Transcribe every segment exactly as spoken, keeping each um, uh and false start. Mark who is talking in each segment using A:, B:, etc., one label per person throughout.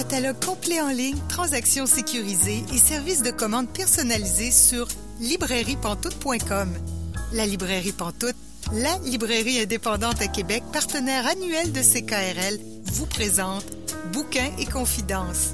A: catalogue complet en ligne, transactions sécurisées et services de commande personnalisés sur librairie pantoute point com. La Librairie Pantoute, la librairie indépendante à Québec, partenaire annuel de C K R L, vous présente Bouquins et confidences.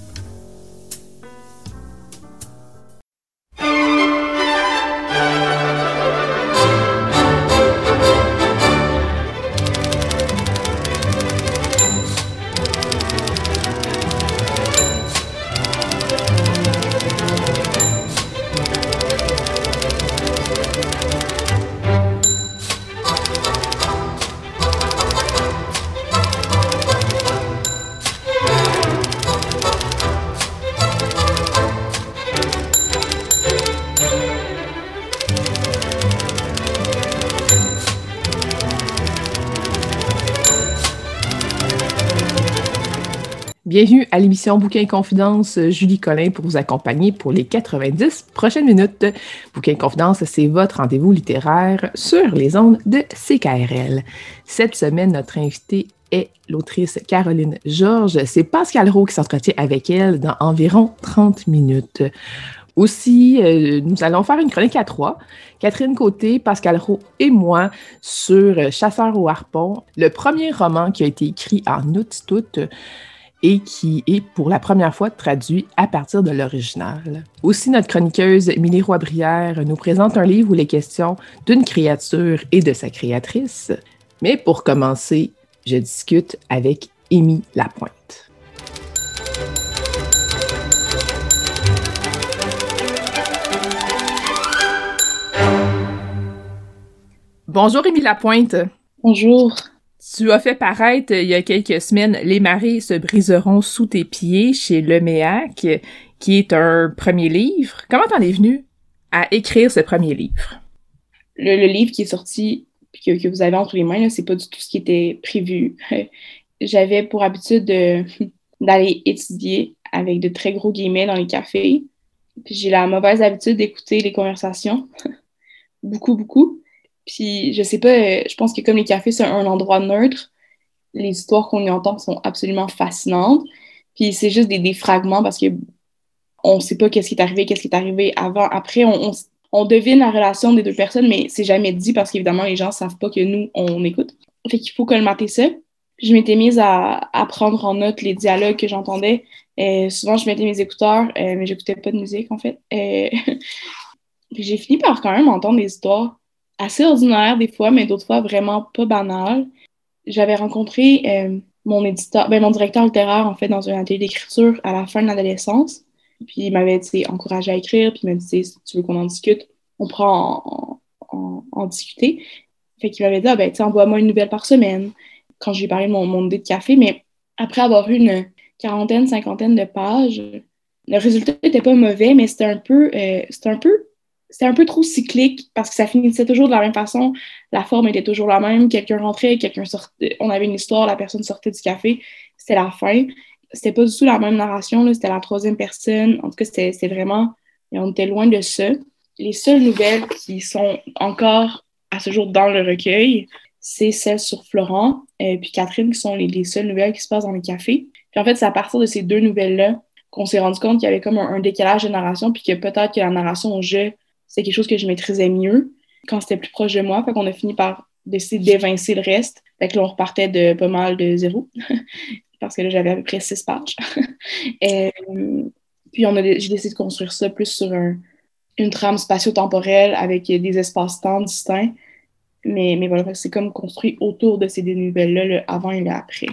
B: Bienvenue à l'émission Bouquins et confidences, Julie Collin pour vous accompagner pour les quatre-vingt-dix prochaines minutes. Bouquins et confidences, c'est votre rendez-vous littéraire sur les ondes de C K R L. Cette semaine, notre invitée est l'autrice Caroline Georges. C'est Pascal Roux qui s'entretient avec elle dans environ trente minutes. Aussi, euh, nous allons faire une chronique à trois. Catherine Côté, Pascal Roux et moi sur Chasseurs au harpon, le premier roman qui a été écrit en Inuktitut et qui est pour la première fois traduit à partir de l'original. Aussi, notre chroniqueuse Émilie Roy-Brière nous présente un livre où il est question d'une créature et de sa créatrice. Mais pour commencer, je discute avec Émy Lapointe. Bonjour Émy Lapointe.
C: Bonjour.
B: Tu as fait paraître il y a quelques semaines « Les marées se briseront sous tes pieds » chez Leméac, qui est un premier livre. Comment t'en es venue à écrire ce premier livre?
C: Le, le livre qui est sorti, puis que, que vous avez entre les mains, là, c'est pas du tout ce qui était prévu. J'avais pour habitude de, d'aller étudier avec de très gros guillemets dans les cafés. Puis j'ai la mauvaise habitude d'écouter les conversations. beaucoup, beaucoup. Puis, je sais pas, je pense que comme les cafés, c'est un endroit neutre, les histoires qu'on y entend sont absolument fascinantes. Puis, c'est juste des, des fragments parce que on sait pas qu'est-ce qui est arrivé, qu'est-ce qui est arrivé avant, après. On, on, on devine la relation des deux personnes, mais c'est jamais dit parce qu'évidemment, les gens savent pas que nous, on écoute. Fait qu'il faut colmater ça. Puis, je m'étais mise à, à prendre en note les dialogues que j'entendais. Euh, souvent, je mettais mes écouteurs, euh, mais j'écoutais pas de musique, en fait. Euh... Puis, j'ai fini par quand même entendre des histoires assez ordinaire des fois, mais d'autres fois vraiment pas banal. J'avais rencontré euh, mon éditeur, ben, mon directeur littéraire, en fait, dans un atelier d'écriture à la fin de l'adolescence. Puis il m'avait encouragé à écrire, puis il m'a dit, si tu veux qu'on en discute, on pourra en, en, en discuter. Fait qu'il m'avait dit, ah, ben, envoie-moi une nouvelle par semaine, quand j'ai parlé de mon, mon idée de café. Mais après avoir eu une quarantaine, cinquantaine de pages, le résultat n'était pas mauvais, mais c'était un peu, euh, c'était un peu C'était un peu trop cyclique parce que ça finissait toujours de la même façon. La forme était toujours la même. Quelqu'un rentrait, quelqu'un sortait. On avait une histoire, la personne sortait du café. C'était la fin. C'était pas du tout la même narration. Là. C'était la troisième personne. En tout cas, c'était, c'était vraiment... On était loin de ça. Les seules nouvelles qui sont encore à ce jour dans le recueil, c'est celles sur Florent et puis Catherine, qui sont les, les seules nouvelles qui se passent dans les cafés. Puis en fait, c'est à partir de ces deux nouvelles-là qu'on s'est rendu compte qu'il y avait comme un, un décalage de narration puis que peut-être que la narration au jeu, c'est quelque chose que je maîtrisais mieux quand c'était plus proche de moi. Fait qu'on a fini par décider d'évincer le reste. Fait que là, on repartait de pas mal de zéro. Parce que là, j'avais à peu près six pages. Et, puis, on a, j'ai décidé de construire ça plus sur un, une trame spatio-temporelle avec des espaces-temps distincts. Mais, mais voilà, c'est comme construit autour de ces deux nouvelles-là, le avant et le après.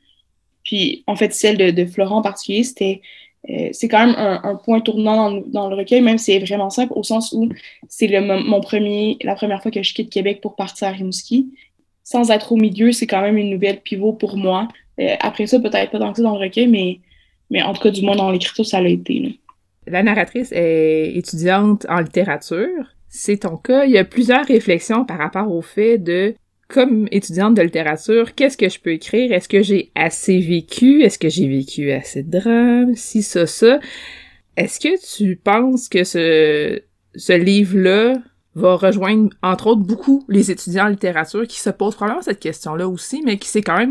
C: Puis, en fait, celle de, de Florent en particulier, c'était... Euh, c'est quand même un, un point tournant dans, dans le recueil, même si c'est vraiment simple, au sens où c'est le, mon premier, la première fois que je quitte Québec pour partir à Rimouski. Sans être au milieu, c'est quand même une nouvelle pivot pour moi. Euh, après ça, peut-être pas tant que ça dans le recueil, mais, mais en tout cas, du moins dans l'écriture, ça l'a été. Là.
B: La narratrice est étudiante en littérature. C'est ton cas. Il y a plusieurs réflexions par rapport au fait de comme étudiante de littérature, qu'est-ce que je peux écrire? Est-ce que j'ai assez vécu? Est-ce que j'ai vécu assez de drames? Si, ça, ça. Est-ce que tu penses que ce, ce livre-là va rejoindre, entre autres, beaucoup les étudiants en littérature qui se posent probablement cette question-là aussi, mais qui s'est quand même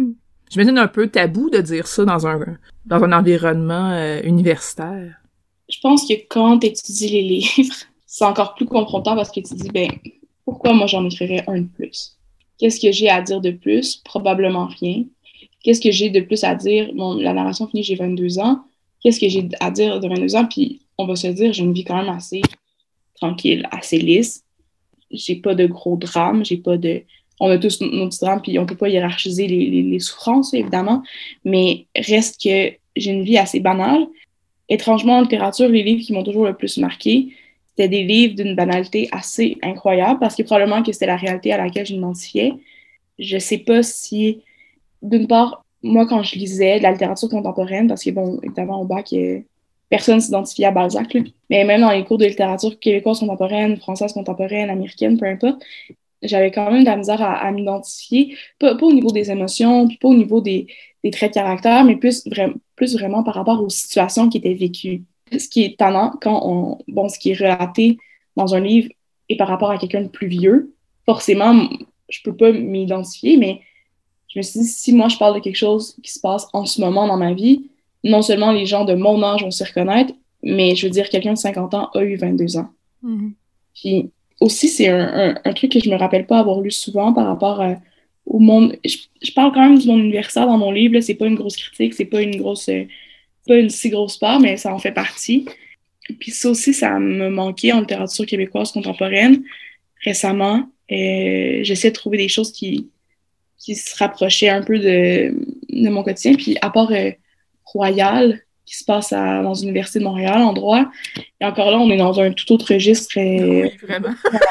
B: J'imagine un peu tabou de dire ça dans un, dans un environnement euh, universitaire.
C: Je pense que quand tu étudies les livres, c'est encore plus confrontant parce que tu te dis, ben, pourquoi moi j'en écrirais un de plus? Qu'est-ce que j'ai à dire de plus? Probablement rien. Qu'est-ce que j'ai de plus à dire? Bon, la narration finit, j'ai vingt-deux ans. Qu'est-ce que j'ai à dire de vingt-deux ans? Puis on va se dire, j'ai une vie quand même assez tranquille, assez lisse. J'ai pas de gros drames, j'ai pas de... On a tous nos petits drames, puis on peut pas hiérarchiser les, les, les souffrances, évidemment, mais reste que j'ai une vie assez banale. Étrangement, en littérature, les livres qui m'ont toujours le plus marqué, c'était des livres d'une banalité assez incroyable, parce que probablement que c'était la réalité à laquelle je m'identifiais. Je sais pas si, d'une part, moi, quand je lisais de la littérature contemporaine, parce que, bon, évidemment, au bac, euh, personne s'identifiait à Balzac, là. Mais même dans les cours de littérature québécoise contemporaine, française contemporaine, américaine, peu importe, j'avais quand même de la misère à, à m'identifier, pas, pas au niveau des émotions, puis pas au niveau des, des traits de caractère, mais plus, vra- plus vraiment par rapport aux situations qui étaient vécues. Ce qui est étonnant quand on, bon, ce qui est relaté dans un livre et par rapport à quelqu'un de plus vieux, forcément, je peux pas m'identifier, mais je me suis dit, si moi je parle de quelque chose qui se passe en ce moment dans ma vie, non seulement les gens de mon âge vont s'y reconnaître, mais je veux dire, quelqu'un de cinquante ans a eu vingt-deux ans. Mm-hmm. Puis aussi, c'est un, un, un truc que je me rappelle pas avoir lu souvent par rapport à, au monde. Je, je parle quand même du monde universitaire dans mon livre, là, c'est pas une grosse critique, c'est pas une grosse, euh, pas une si grosse part, mais ça en fait partie. Puis ça aussi, ça me manquait en littérature québécoise contemporaine. Récemment, euh, j'essaie de trouver des choses qui, qui se rapprochaient un peu de, de mon quotidien. Puis à part euh, Royal, qui se passe à, dans l'Université de Montréal, en droit. Et encore là, on est dans un tout autre registre. Euh,
B: oui, vraiment.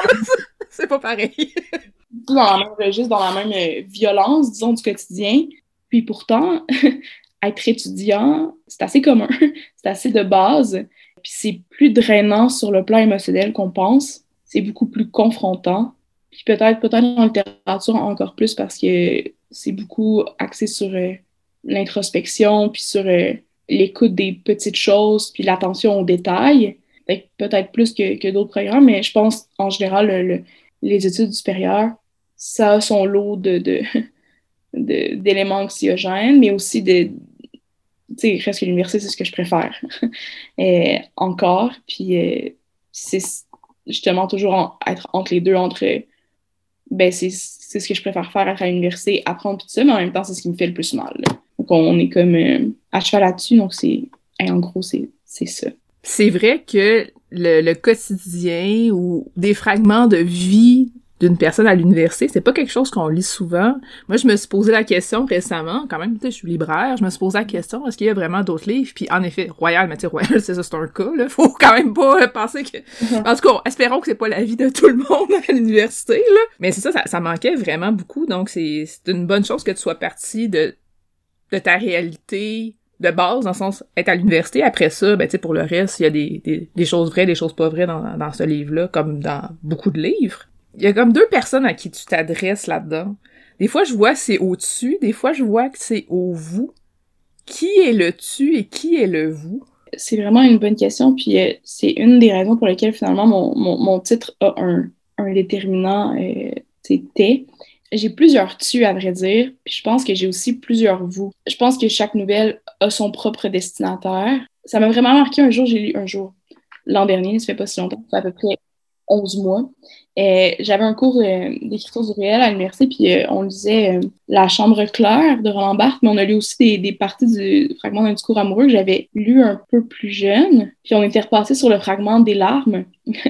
B: C'est pas pareil.
C: Tout dans le même registre, dans la même euh, violence, disons, du quotidien. Puis pourtant, être étudiant, c'est assez commun. C'est assez de base. Puis c'est plus drainant sur le plan émotionnel qu'on pense. C'est beaucoup plus confrontant. Puis peut-être, peut-être en littérature encore plus parce que c'est beaucoup axé sur euh, l'introspection, puis sur... Euh, l'écoute des petites choses, puis l'attention aux détails. Peut-être plus que, que d'autres programmes, mais je pense, en général, le, le, les études supérieures, ça a son lot de, de, de, d'éléments anxiogènes, mais aussi de... Tu sais, presque l'université, c'est ce que je préfère. Et encore, puis euh, c'est justement toujours en, être entre les deux, entre... Ben, c'est, c'est ce que je préfère faire, être à l'université, apprendre tout ça, mais en même temps, c'est ce qui me fait le plus mal. Là. Donc, on est comme euh, à cheval là-dessus, donc c'est... Et en gros, c'est, c'est ça.
B: C'est vrai que le, le quotidien ou des fragments de vie d'une personne à l'université, c'est pas quelque chose qu'on lit souvent. Moi, je me suis posé la question récemment, quand même, tu sais, je suis libraire, je me suis posé la question, est-ce qu'il y a vraiment d'autres livres? Puis en effet, Royal, mais tu sais, Royal, c'est ça, c'est un cas, là. Faut quand même pas penser que... Mm-hmm. En tout cas, espérons que c'est pas la vie de tout le monde à l'université, là. Mais c'est ça, ça, ça manquait vraiment beaucoup, donc c'est, c'est une bonne chose que tu sois partie de, de ta réalité de base, dans le sens, être à l'université. Après ça, ben, tu sais, pour le reste, il y a des, des, des choses vraies, des choses pas vraies dans, dans ce livre-là, comme dans beaucoup de livres. Il y a comme deux personnes à qui tu t'adresses là-dedans. Des fois, je vois que c'est au-dessus, des fois, je vois que c'est au vous. Qui est le tu et qui est le vous?
C: C'est vraiment une bonne question, puis euh, c'est une des raisons pour lesquelles, finalement, mon, mon, mon titre a un, un déterminant, euh, c'était... J'ai plusieurs tu, à vrai dire, puis je pense que j'ai aussi plusieurs vous. Je pense que chaque nouvelle a son propre destinataire. Ça m'a vraiment marqué un jour, j'ai lu un jour, l'an dernier, ça fait pas si longtemps, ça fait à peu près onze mois. Euh, j'avais un cours euh, d'écriture du réel à l'université, puis euh, on lisait euh, La chambre claire de Roland Barthes, mais on a lu aussi des, des parties du fragment d'un discours amoureux que j'avais lu un peu plus jeune, puis on était repassé sur le fragment des larmes.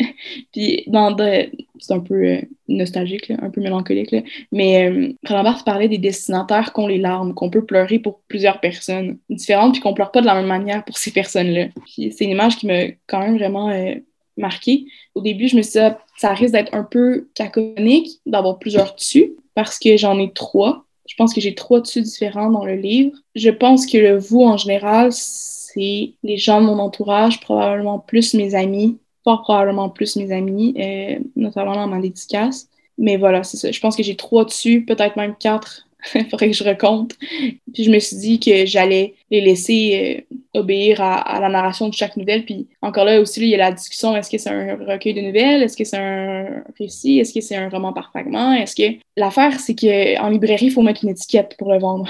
C: Puis dans de... c'est un peu euh, nostalgique, là, un peu mélancolique, là. Mais euh, Roland Barthes parlait des destinataires qu'ont les larmes, qu'on peut pleurer pour plusieurs personnes différentes, puis qu'on pleure pas de la même manière pour ces personnes-là. Puis c'est une image qui m'a quand même vraiment euh, marquée. Au début, je me suis dit, ça risque d'être un peu caconique d'avoir plusieurs tu, parce que j'en ai trois. Je pense que j'ai trois tu différents dans le livre. Je pense que le vous, en général, c'est les gens de mon entourage, probablement plus mes amis, fort probablement plus mes amis, euh, notamment dans ma dédicace. Mais voilà, c'est ça. Je pense que j'ai trois dessus, peut-être même quatre. Il faudrait que je recompte. Puis je me suis dit que j'allais les laisser euh, obéir à, à la narration de chaque nouvelle. Puis encore là aussi, là, il y a la discussion, est-ce que c'est un recueil de nouvelles? Est-ce que c'est un récit? Est-ce que c'est un roman par fragment? Est-ce que... L'affaire, c'est qu'en librairie, il faut mettre une étiquette pour le vendre.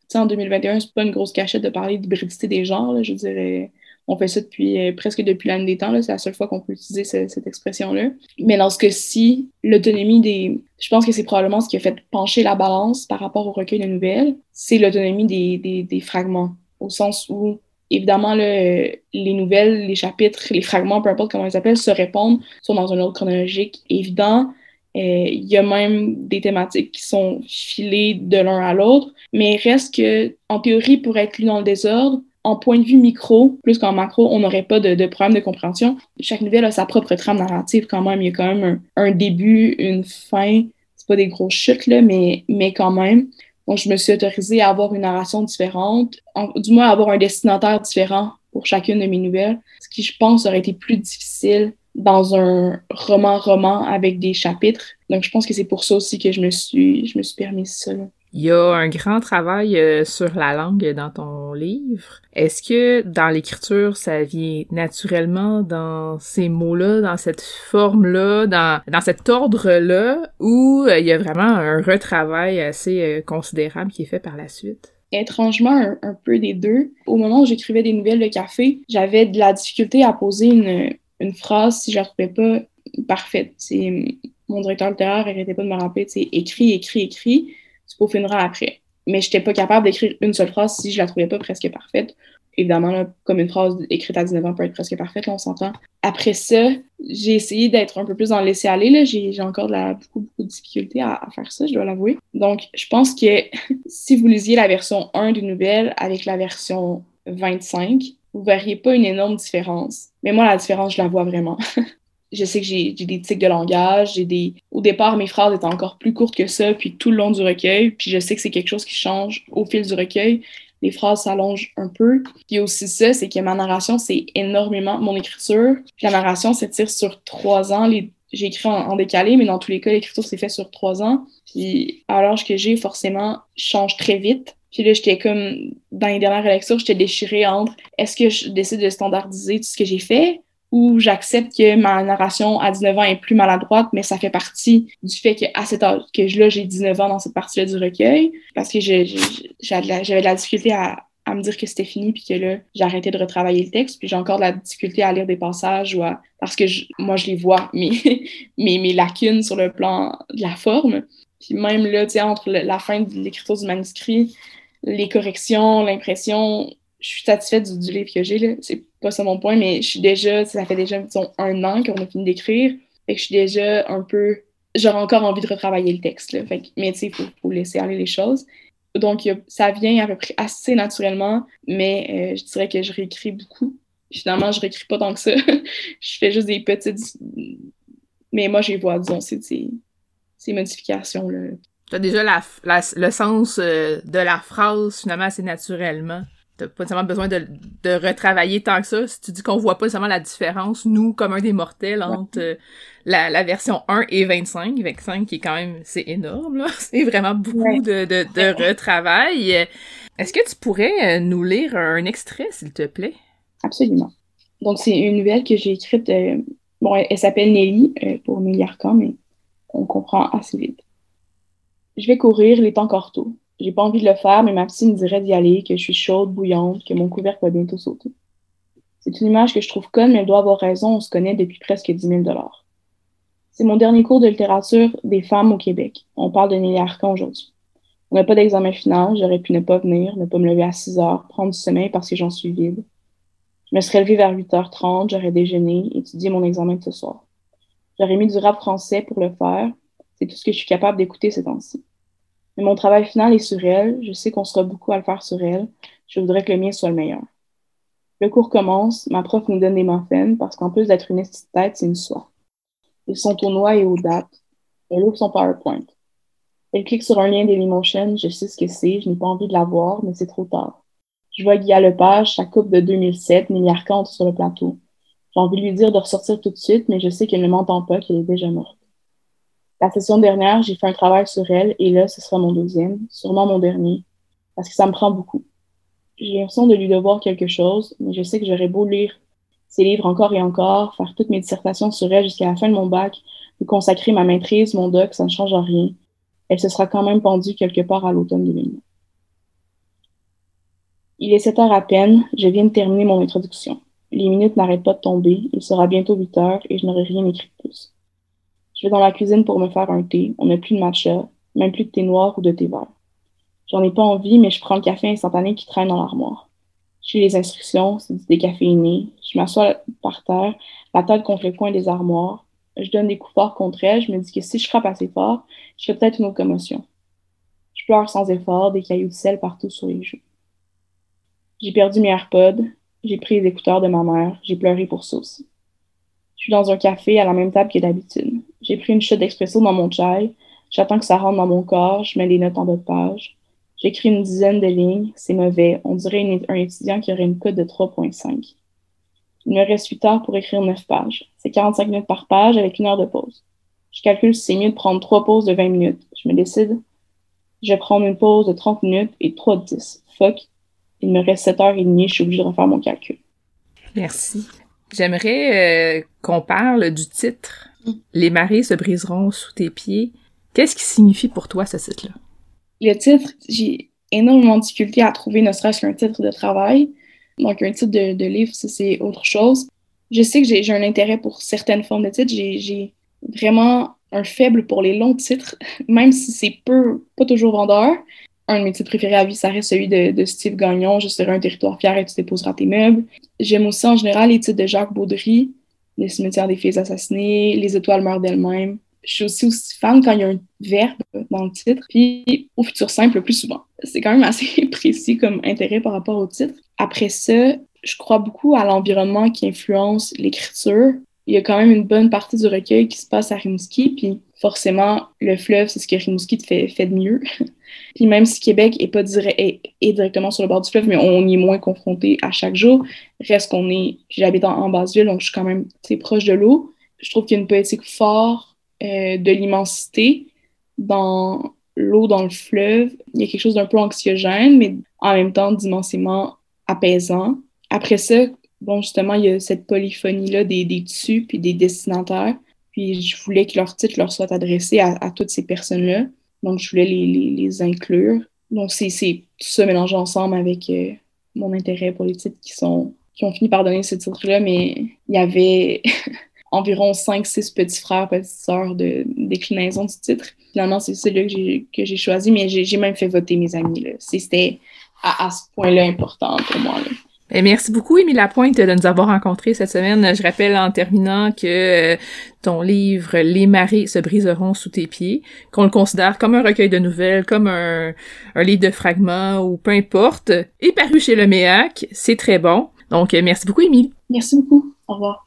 C: sais, en deux mille vingt et un, c'est pas une grosse cachette de parler d'hybridité des genres, là. Je dirais, on fait ça depuis euh, presque depuis l'année des temps, là. C'est la seule fois qu'on peut utiliser ce, cette expression-là. Mais dans ce cas-ci, l'autonomie des... Je pense que c'est probablement ce qui a fait pencher la balance par rapport au recueil de nouvelles, c'est l'autonomie des, des, des fragments, au sens où, évidemment, là, euh, les nouvelles, les chapitres, les fragments, peu importe comment ils s'appellent, se répondent, sont dans un ordre chronologique évident. Il euh, y a même des thématiques qui sont filées de l'un à l'autre, mais il reste que, en théorie, pour être lu dans le désordre, en point de vue micro, plus qu'en macro, on n'aurait pas de, de problème de compréhension. Chaque nouvelle a sa propre trame narrative quand même. Il y a quand même un, un début, une fin. C'est pas des grosses chutes, là, mais, mais quand même. Donc, je me suis autorisée à avoir une narration différente, en, du moins à avoir un destinataire différent pour chacune de mes nouvelles, ce qui, je pense, aurait été plus difficile dans un roman-roman avec des chapitres. Donc, je pense que c'est pour ça aussi que je me suis, je me suis permis ça, là.
B: Il y a un grand travail euh, sur la langue dans ton livre. Est-ce que dans l'écriture, ça vient naturellement dans ces mots-là, dans cette forme-là, dans, dans cet ordre-là, ou euh, il y a vraiment un retravail assez euh, considérable qui est fait par la suite?
C: Étrangement, un, un peu des deux. Au moment où j'écrivais des nouvelles de café, j'avais de la difficulté à poser une, une phrase si je la trouvais pas parfaite. C'est, mon directeur littéraire n'arrêtait pas de me rappeler, tu sais, écrit, écrit, écrit. Tu peaufineras après. Mais je n'étais pas capable d'écrire une seule phrase si je la trouvais pas presque parfaite. Évidemment, là, comme une phrase écrite à dix-neuf ans peut être presque parfaite, là, on s'entend. Après ça, j'ai essayé d'être un peu plus dans le laisser-aller. Là. J'ai, j'ai encore de la, beaucoup, beaucoup de difficultés à, à faire ça, je dois l'avouer. Donc, je pense que si vous lisiez la version un d'une nouvelle avec la version vingt-cinq, vous ne verriez pas une énorme différence. Mais moi, la différence, je la vois vraiment. Je sais que j'ai, j'ai des tics de langage, j'ai des... Au départ, mes phrases étaient encore plus courtes que ça, puis tout le long du recueil, puis je sais que c'est quelque chose qui change au fil du recueil. Les phrases s'allongent un peu. Puis aussi ça, c'est que ma narration, c'est énormément... Mon écriture, la narration s'étire sur trois ans. Les... J'ai écrit en, en décalé, mais dans tous les cas, l'écriture s'est faite sur trois ans. Puis à l'âge que j'ai, forcément, je change très vite. Puis là, j'étais comme... Dans les dernières lectures, j'étais déchirée entre est-ce que je décide de standardiser tout ce que j'ai fait ou j'accepte que ma narration à dix-neuf ans est plus maladroite, mais ça fait partie du fait qu'à cet âge, que là, j'ai dix-neuf ans dans cette partie-là du recueil, parce que je, je, j'avais, de la, j'avais de la difficulté à, à me dire que c'était fini, puis que là, j'ai arrêté de retravailler le texte, puis j'ai encore de la difficulté à lire des passages, ou à, parce que je, moi, je les vois, mes, mes, mes lacunes sur le plan de la forme. Puis même là, tu sais, entre le, la fin de l'écriture du manuscrit, les corrections, l'impression... Je suis satisfaite du, du livre que j'ai, là. C'est pas ça mon point, mais je suis déjà, ça fait déjà, disons, un an qu'on a fini d'écrire. Fait que je suis déjà un peu... J'aurais encore envie de retravailler le texte, là. Fait que, mais tu sais, il faut, faut laisser aller les choses. Donc, ça vient à peu près assez naturellement, mais euh, je dirais que je réécris beaucoup. Finalement, je réécris pas tant que ça. Je fais juste des petites... Mais moi, je les vois, disons, c'est ces, ces modifications-là.
B: T'as déjà la, la, le sens euh, de la phrase, finalement, assez naturellement. T'as pas nécessairement besoin de, de retravailler tant que ça. Si tu dis qu'on voit pas nécessairement la différence, nous, comme un des mortels, entre euh, la, la version un et vingt-cinq. vingt-cinq qui est quand même, c'est énorme, là. C'est vraiment beaucoup ouais. de, de, de retravail. Est-ce que tu pourrais nous lire un extrait, s'il te plaît?
C: Absolument. Donc, c'est une nouvelle que j'ai écrite. Euh, bon, elle, elle s'appelle Nelly, euh, pour Nelly Arcan, mais on comprend assez vite. Je vais courir, il est encore tôt. J'ai pas envie de le faire, mais ma psy me dirait d'y aller, que je suis chaude, bouillante, que mon couvercle va bientôt sauter. C'est une image que je trouve conne, mais elle doit avoir raison, on se connaît depuis presque dix mille dollars. C'est mon dernier cours de littérature des femmes au Québec. On parle de Nelly Arcan aujourd'hui. On n'a pas d'examen final, j'aurais pu ne pas venir, ne pas me lever à six heures, prendre du sommeil parce que j'en suis vide. Je me serais levée vers huit heures trente, j'aurais déjeuné, étudié mon examen de ce soir. J'aurais mis du rap français pour le faire. C'est tout ce que je suis capable d'écouter ces temps-ci. Mais mon travail final est sur elle. Je sais qu'on sera beaucoup à le faire sur elle. Je voudrais que le mien soit le meilleur. Le cours commence. Ma prof nous donne des muffins parce qu'en plus d'être une petite tête, c'est une soie. Ils sont aux noix et aux dates. Elle ouvre son PowerPoint. Elle clique sur un lien Dailymotion. Je sais ce que c'est. Je n'ai pas envie de la voir, mais c'est trop tard. Je vois Guy Lepage, sa coupe de deux mille sept, Nelly Arcan sur le plateau. J'ai envie de lui dire de ressortir tout de suite, mais je sais qu'elle ne m'entend pas, qu'elle est déjà morte. La session dernière, j'ai fait un travail sur elle, et là, ce sera mon deuxième, sûrement mon dernier, parce que ça me prend beaucoup. J'ai l'impression de lui devoir quelque chose, mais je sais que j'aurais beau lire ses livres encore et encore, faire toutes mes dissertations sur elle jusqu'à la fin de mon bac, lui consacrer ma maîtrise, mon doc, ça ne change rien. Elle se sera quand même pendue quelque part à l'automne deux mille neuf. Il est sept heures à peine, je viens de terminer mon introduction. Les minutes n'arrêtent pas de tomber, il sera bientôt huit heures et je n'aurai rien écrit de plus. Je vais dans la cuisine pour me faire un thé, on n'a plus de matcha, même plus de thé noir ou de thé vert. J'en ai pas envie, mais je prends le café instantané qui traîne dans l'armoire. Je lis les instructions, c'est du décaféiné, je m'assois par terre, la tête contre le coin des armoires, je donne des coups forts contre elle, je me dis que si je frappe assez fort, je ferai peut-être une autre commotion. Je pleure sans effort, des cailloux de sel partout sur les joues. J'ai perdu mes AirPods, j'ai pris les écouteurs de ma mère, j'ai pleuré pour ça aussi. Je suis dans un café à la même table que d'habitude. J'ai pris une shot d'espresso dans mon chai, j'attends que ça rentre dans mon corps, je mets les notes en bas de page. J'écris une dizaine de lignes, c'est mauvais, on dirait une, un étudiant qui aurait une cote de trois virgule cinq. Il me reste huit heures pour écrire neuf pages. C'est quarante-cinq minutes par page avec une heure de pause. Je calcule si c'est mieux de prendre trois pauses de vingt minutes. Je me décide. Je vais prendre une pause de trente minutes et trois de dix. Fuck. Il me reste sept heures trente, je suis obligée de refaire mon calcul.
B: Merci. J'aimerais euh, qu'on parle du titre. Mm. Les marées se briseront sous tes pieds. Qu'est-ce qui signifie pour toi ce titre-là?
C: Le titre, j'ai énormément de difficulté à trouver ne serait-ce qu'un titre de travail. Donc, un titre de, de livre, ça, c'est autre chose. Je sais que j'ai, j'ai un intérêt pour certaines formes de titres. J'ai, j'ai vraiment un faible pour les longs titres, même si c'est peu, pas toujours vendeur. Un de mes titres préférés à vie, ça reste celui de, de Steve Gagnon, « Je serai un territoire fier et tu déposeras tes meubles ». J'aime aussi en général les titres de Jacques Baudry, « Le cimetière des filles assassinées »,« Les étoiles meurent d'elles-mêmes ». Je suis aussi, aussi fan quand il y a un verbe dans le titre, puis au futur simple le plus souvent. C'est quand même assez précis comme intérêt par rapport au titre. Après ça, je crois beaucoup à l'environnement qui influence l'écriture. Il y a quand même une bonne partie du recueil qui se passe à Rimouski, puis forcément, le fleuve, c'est ce que Rimouski fait, fait de mieux. Puis même si Québec est pas dire- est, est directement sur le bord du fleuve, mais on y est moins confronté à chaque jour, reste qu'on est... Puis j'habite en, en Basse-Ville, donc je suis quand même proche de l'eau. Je trouve qu'il y a une poétique forte euh, de l'immensité dans l'eau, dans le fleuve. Il y a quelque chose d'un peu anxiogène, mais en même temps d'immensément apaisant. Après ça, bon, justement, il y a cette polyphonie-là des, des tus puis des destinataires. Puis je voulais que leur titre leur soit adressé à, à toutes ces personnes-là. Donc, je voulais les, les, les inclure. Donc, c'est, c'est tout ça mélangé ensemble avec euh, mon intérêt pour les titres qui sont qui ont fini par donner ce titre-là. Mais il y avait environ cinq six petits frères, petites sœurs de déclinaison du titre. Finalement, c'est celui-là que j'ai, que j'ai choisi, mais j'ai, j'ai même fait voter mes amis, là. C'est, c'était à, à ce point-là important pour moi, là.
B: Et merci beaucoup, Émilie Lapointe, de nous avoir rencontrés cette semaine. Je rappelle en terminant que euh, ton livre « Les marées se briseront sous tes pieds », qu'on le considère comme un recueil de nouvelles, comme un, un livre de fragments ou peu importe, est paru chez Le M E A C. C'est très bon. Donc, euh, merci beaucoup, Émilie.
C: Merci beaucoup. Au revoir.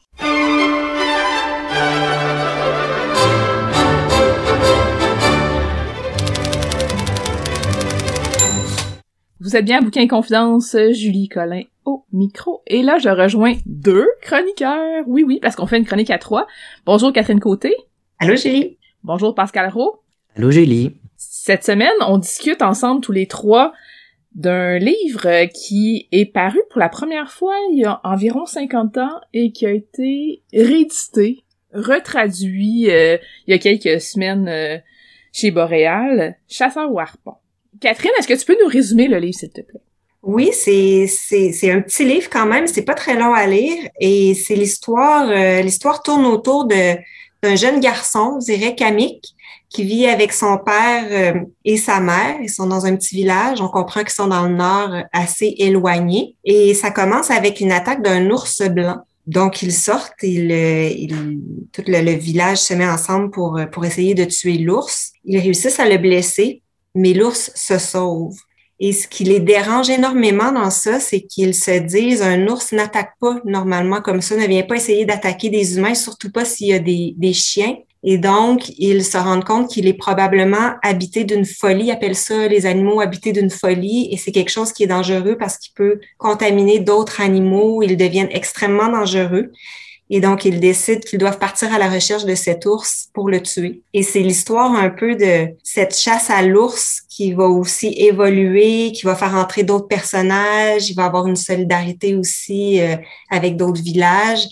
B: Vous êtes bien à Bouquin et Confidence, Julie Collin au micro. Et là, je rejoins deux chroniqueurs. Oui, oui, parce qu'on fait une chronique à trois. Bonjour Catherine Côté.
D: Allô Julie.
B: Bonjour Pascal Roux.
D: Allô Julie.
B: Cette semaine, on discute ensemble tous les trois d'un livre qui est paru pour la première fois il y a environ cinquante ans et qui a été réédité, retraduit euh, il y a quelques semaines euh, chez Boréal, Chasseurs ou harpons. Catherine, est-ce que tu peux nous résumer le livre, s'il te plaît?
D: Oui, c'est c'est c'est un petit livre quand même, c'est pas très long à lire et c'est l'histoire euh, l'histoire tourne autour de d'un jeune garçon, je dirais Kamik, qui vit avec son père euh, et sa mère. Ils sont dans un petit village, on comprend qu'ils sont dans le nord euh, assez éloigné et ça commence avec une attaque d'un ours blanc. Donc ils sortent, ils, ils tout le, le village se met ensemble pour pour essayer de tuer l'ours. Ils réussissent à le blesser, mais l'ours se sauve. Et ce qui les dérange énormément dans ça, c'est qu'ils se disent un ours n'attaque pas normalement comme ça, ne vient pas essayer d'attaquer des humains, surtout pas s'il y a des, des chiens. Et donc, ils se rendent compte qu'il est probablement habité d'une folie. Ils appellent ça les animaux habités d'une folie. Et c'est quelque chose qui est dangereux parce qu'il peut contaminer d'autres animaux. Ils deviennent extrêmement dangereux. Et donc, ils décident qu'ils doivent partir à la recherche de cet ours pour le tuer. Et c'est l'histoire un peu de cette chasse à l'ours qui va aussi évoluer, qui va faire entrer d'autres personnages. Il va y avoir une solidarité aussi euh, avec d'autres villages.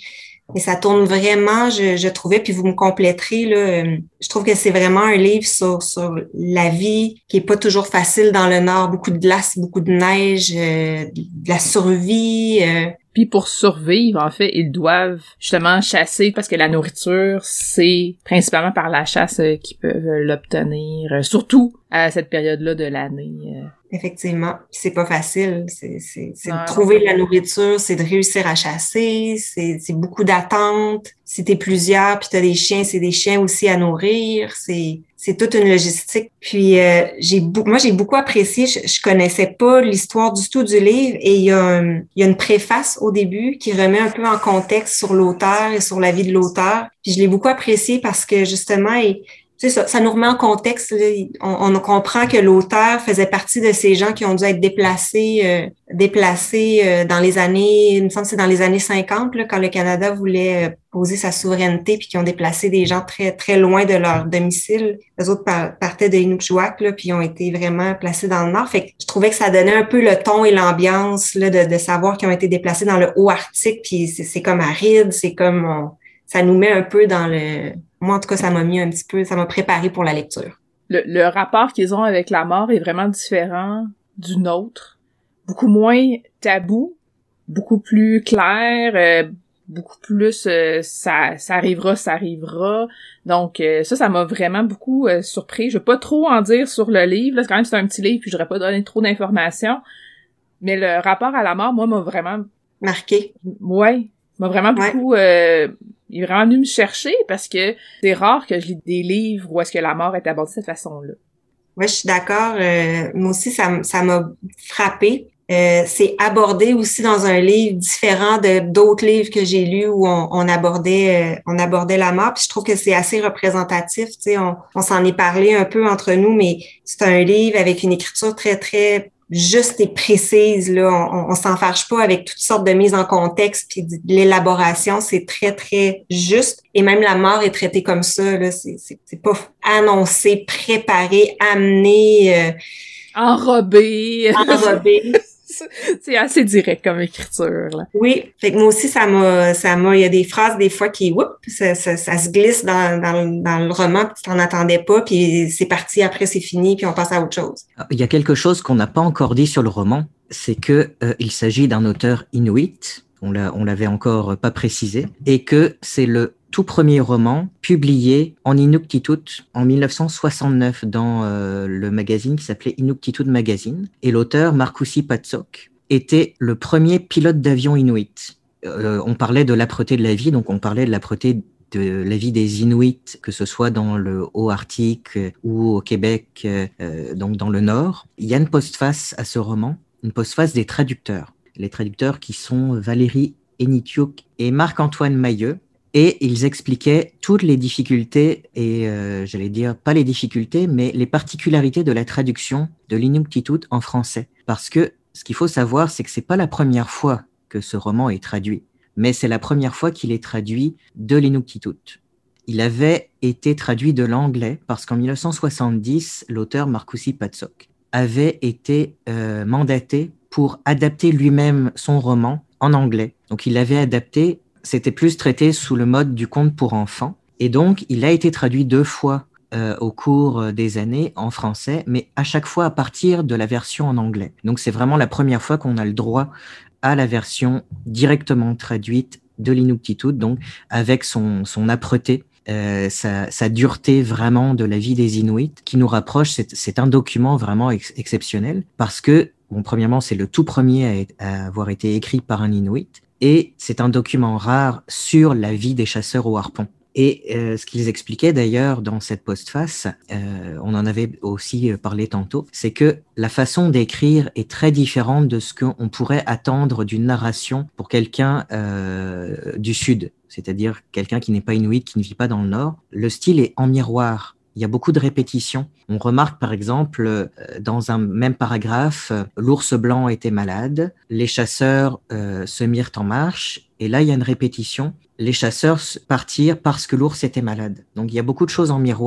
D: Et ça tourne vraiment, je, je trouvais, puis vous me compléterez, là, euh, je trouve que c'est vraiment un livre sur, sur la vie qui est pas toujours facile dans le Nord. Beaucoup de glace, beaucoup de neige, euh, de la survie. Euh.
B: Puis pour survivre, en fait, ils doivent justement chasser parce que la nourriture, c'est principalement par la chasse euh, qu'ils peuvent euh, l'obtenir, euh, surtout à cette période-là de l'année. Euh.
D: Effectivement, c'est pas facile. C'est, c'est, c'est
B: Non,
D: de trouver
B: non,
D: la nourriture, c'est de réussir à chasser, c'est, c'est beaucoup d'attentes. Si t'es plusieurs, puis t'as des chiens, c'est des chiens aussi à nourrir. C'est, c'est toute une logistique. Puis euh, j'ai, moi j'ai beaucoup apprécié. Je, je connaissais pas l'histoire du tout du livre et il y a, un, il y a une préface au début qui remet un peu en contexte sur l'auteur et sur la vie de l'auteur. Puis je l'ai beaucoup apprécié parce que justement, il, tu sais, ça, ça nous remet en contexte. Là. On, on comprend que l'auteur faisait partie de ces gens qui ont dû être déplacés, euh, déplacés euh, dans les années, il me semble que c'est dans les années cinquante, là, quand le Canada voulait poser sa souveraineté, puis qui ont déplacé des gens très très loin de leur domicile. Les autres par, partaient de Inukjuak, là, puis ont été vraiment placés dans le Nord. Fait que je trouvais que ça donnait un peu le ton et l'ambiance là, de, de savoir qu'ils ont été déplacés dans le haut Arctique, puis c'est, c'est comme aride, c'est comme on, ça nous met un peu dans le... Moi, en tout cas, ça m'a mis un petit peu, ça m'a préparé pour la lecture.
B: Le, le rapport qu'ils ont avec la mort est vraiment différent du nôtre. Beaucoup moins tabou, beaucoup plus clair, euh, beaucoup plus euh, ça, ça arrivera, ça arrivera. Donc euh, ça, ça m'a vraiment beaucoup euh, surpris. Je vais pas trop en dire sur le livre. Là, c'est quand même c'est un petit livre, puis je n'aurais pas donné trop d'informations. Mais le rapport à la mort, moi, m'a vraiment...
D: Marqué.
B: Ouais, m'a vraiment beaucoup... Ouais. Euh, il est vraiment venu me chercher parce que c'est rare que je lis des livres où est-ce que la mort est abordée de cette façon-là.
D: Oui, je suis d'accord. Euh, moi aussi, ça, ça m'a frappé. Euh, c'est abordé aussi dans un livre différent de d'autres livres que j'ai lus où on, on abordait euh, on abordait la mort. Puis je trouve que c'est assez représentatif. Tu sais, on, on s'en est parlé un peu entre nous, mais c'est un livre avec une écriture très très juste et précise, là. On, on s'en fâche pas avec toutes sortes de mises en contexte puis de l'élaboration. C'est très, très juste. Et même la mort est traitée comme ça, là. C'est, c'est, c'est pas annoncé, préparé, amené, euh,
B: enrobé.
D: Enrobé.
B: C'est assez direct comme écriture, là.
D: Oui. Fait que moi aussi, ça m'a, ça m'a, il y a des phrases, des fois, qui, whoop, ça, ça, ça se glisse dans, dans, dans le roman, puis tu t'en attendais pas, puis c'est parti, après c'est fini, puis on passe à autre chose.
E: Il y a quelque chose qu'on n'a pas encore dit sur le roman, c'est que euh, il s'agit d'un auteur inuit, on l'a, on l'avait encore pas précisé, et que c'est le tout premier roman publié en Inuktitut en mille neuf cent soixante-neuf dans euh, le magazine qui s'appelait Inuktitut Magazine. Et l'auteur, Markussi Patsok, était le premier pilote d'avion inuit. Euh, on parlait de l'âpreté de la vie, donc on parlait de l'âpreté de la vie des Inuits, que ce soit dans le Haut-Arctique euh, ou au Québec, euh, donc dans le Nord. Il y a une postface à ce roman, une postface des traducteurs. Les traducteurs qui sont Valérie Henitiuk et Marc-Antoine Mailleux. Et ils expliquaient toutes les difficultés, et euh, j'allais dire pas les difficultés, mais les particularités de la traduction de l'Inuktitut en français. Parce que ce qu'il faut savoir, c'est que c'est pas la première fois que ce roman est traduit, mais c'est la première fois qu'il est traduit de l'Inuktitut. Il avait été traduit de l'anglais parce qu'en mille neuf cent soixante-dix, l'auteur Markussi Patsok avait été euh, mandaté pour adapter lui-même son roman en anglais. Donc il l'avait adapté. C'était plus traité sous le mode du conte pour enfants. Et donc, il a été traduit deux fois euh, au cours des années en français, mais à chaque fois à partir de la version en anglais. Donc, c'est vraiment la première fois qu'on a le droit à la version directement traduite de l'Inuktitut, donc avec son, son âpreté, euh, sa, sa dureté vraiment de la vie des Inuits, qui nous rapproche. C'est, c'est un document vraiment ex- exceptionnel parce que, bon, premièrement, c'est le tout premier à, à avoir été écrit par un Inuit. Et c'est un document rare sur la vie des chasseurs au harpon. Et euh, ce qu'ils expliquaient d'ailleurs dans cette postface, euh, on en avait aussi parlé tantôt, c'est que la façon d'écrire est très différente de ce qu'on pourrait attendre d'une narration pour quelqu'un euh, du Sud, c'est-à-dire quelqu'un qui n'est pas inuit, qui ne vit pas dans le Nord. Le style est en miroir. Il y a beaucoup de répétitions. On remarque par exemple, dans un même paragraphe, l'ours blanc était malade, les chasseurs euh, se mirent en marche, et là il y a une répétition, les chasseurs partirent parce que l'ours était malade. Donc il y a beaucoup de choses en miroir,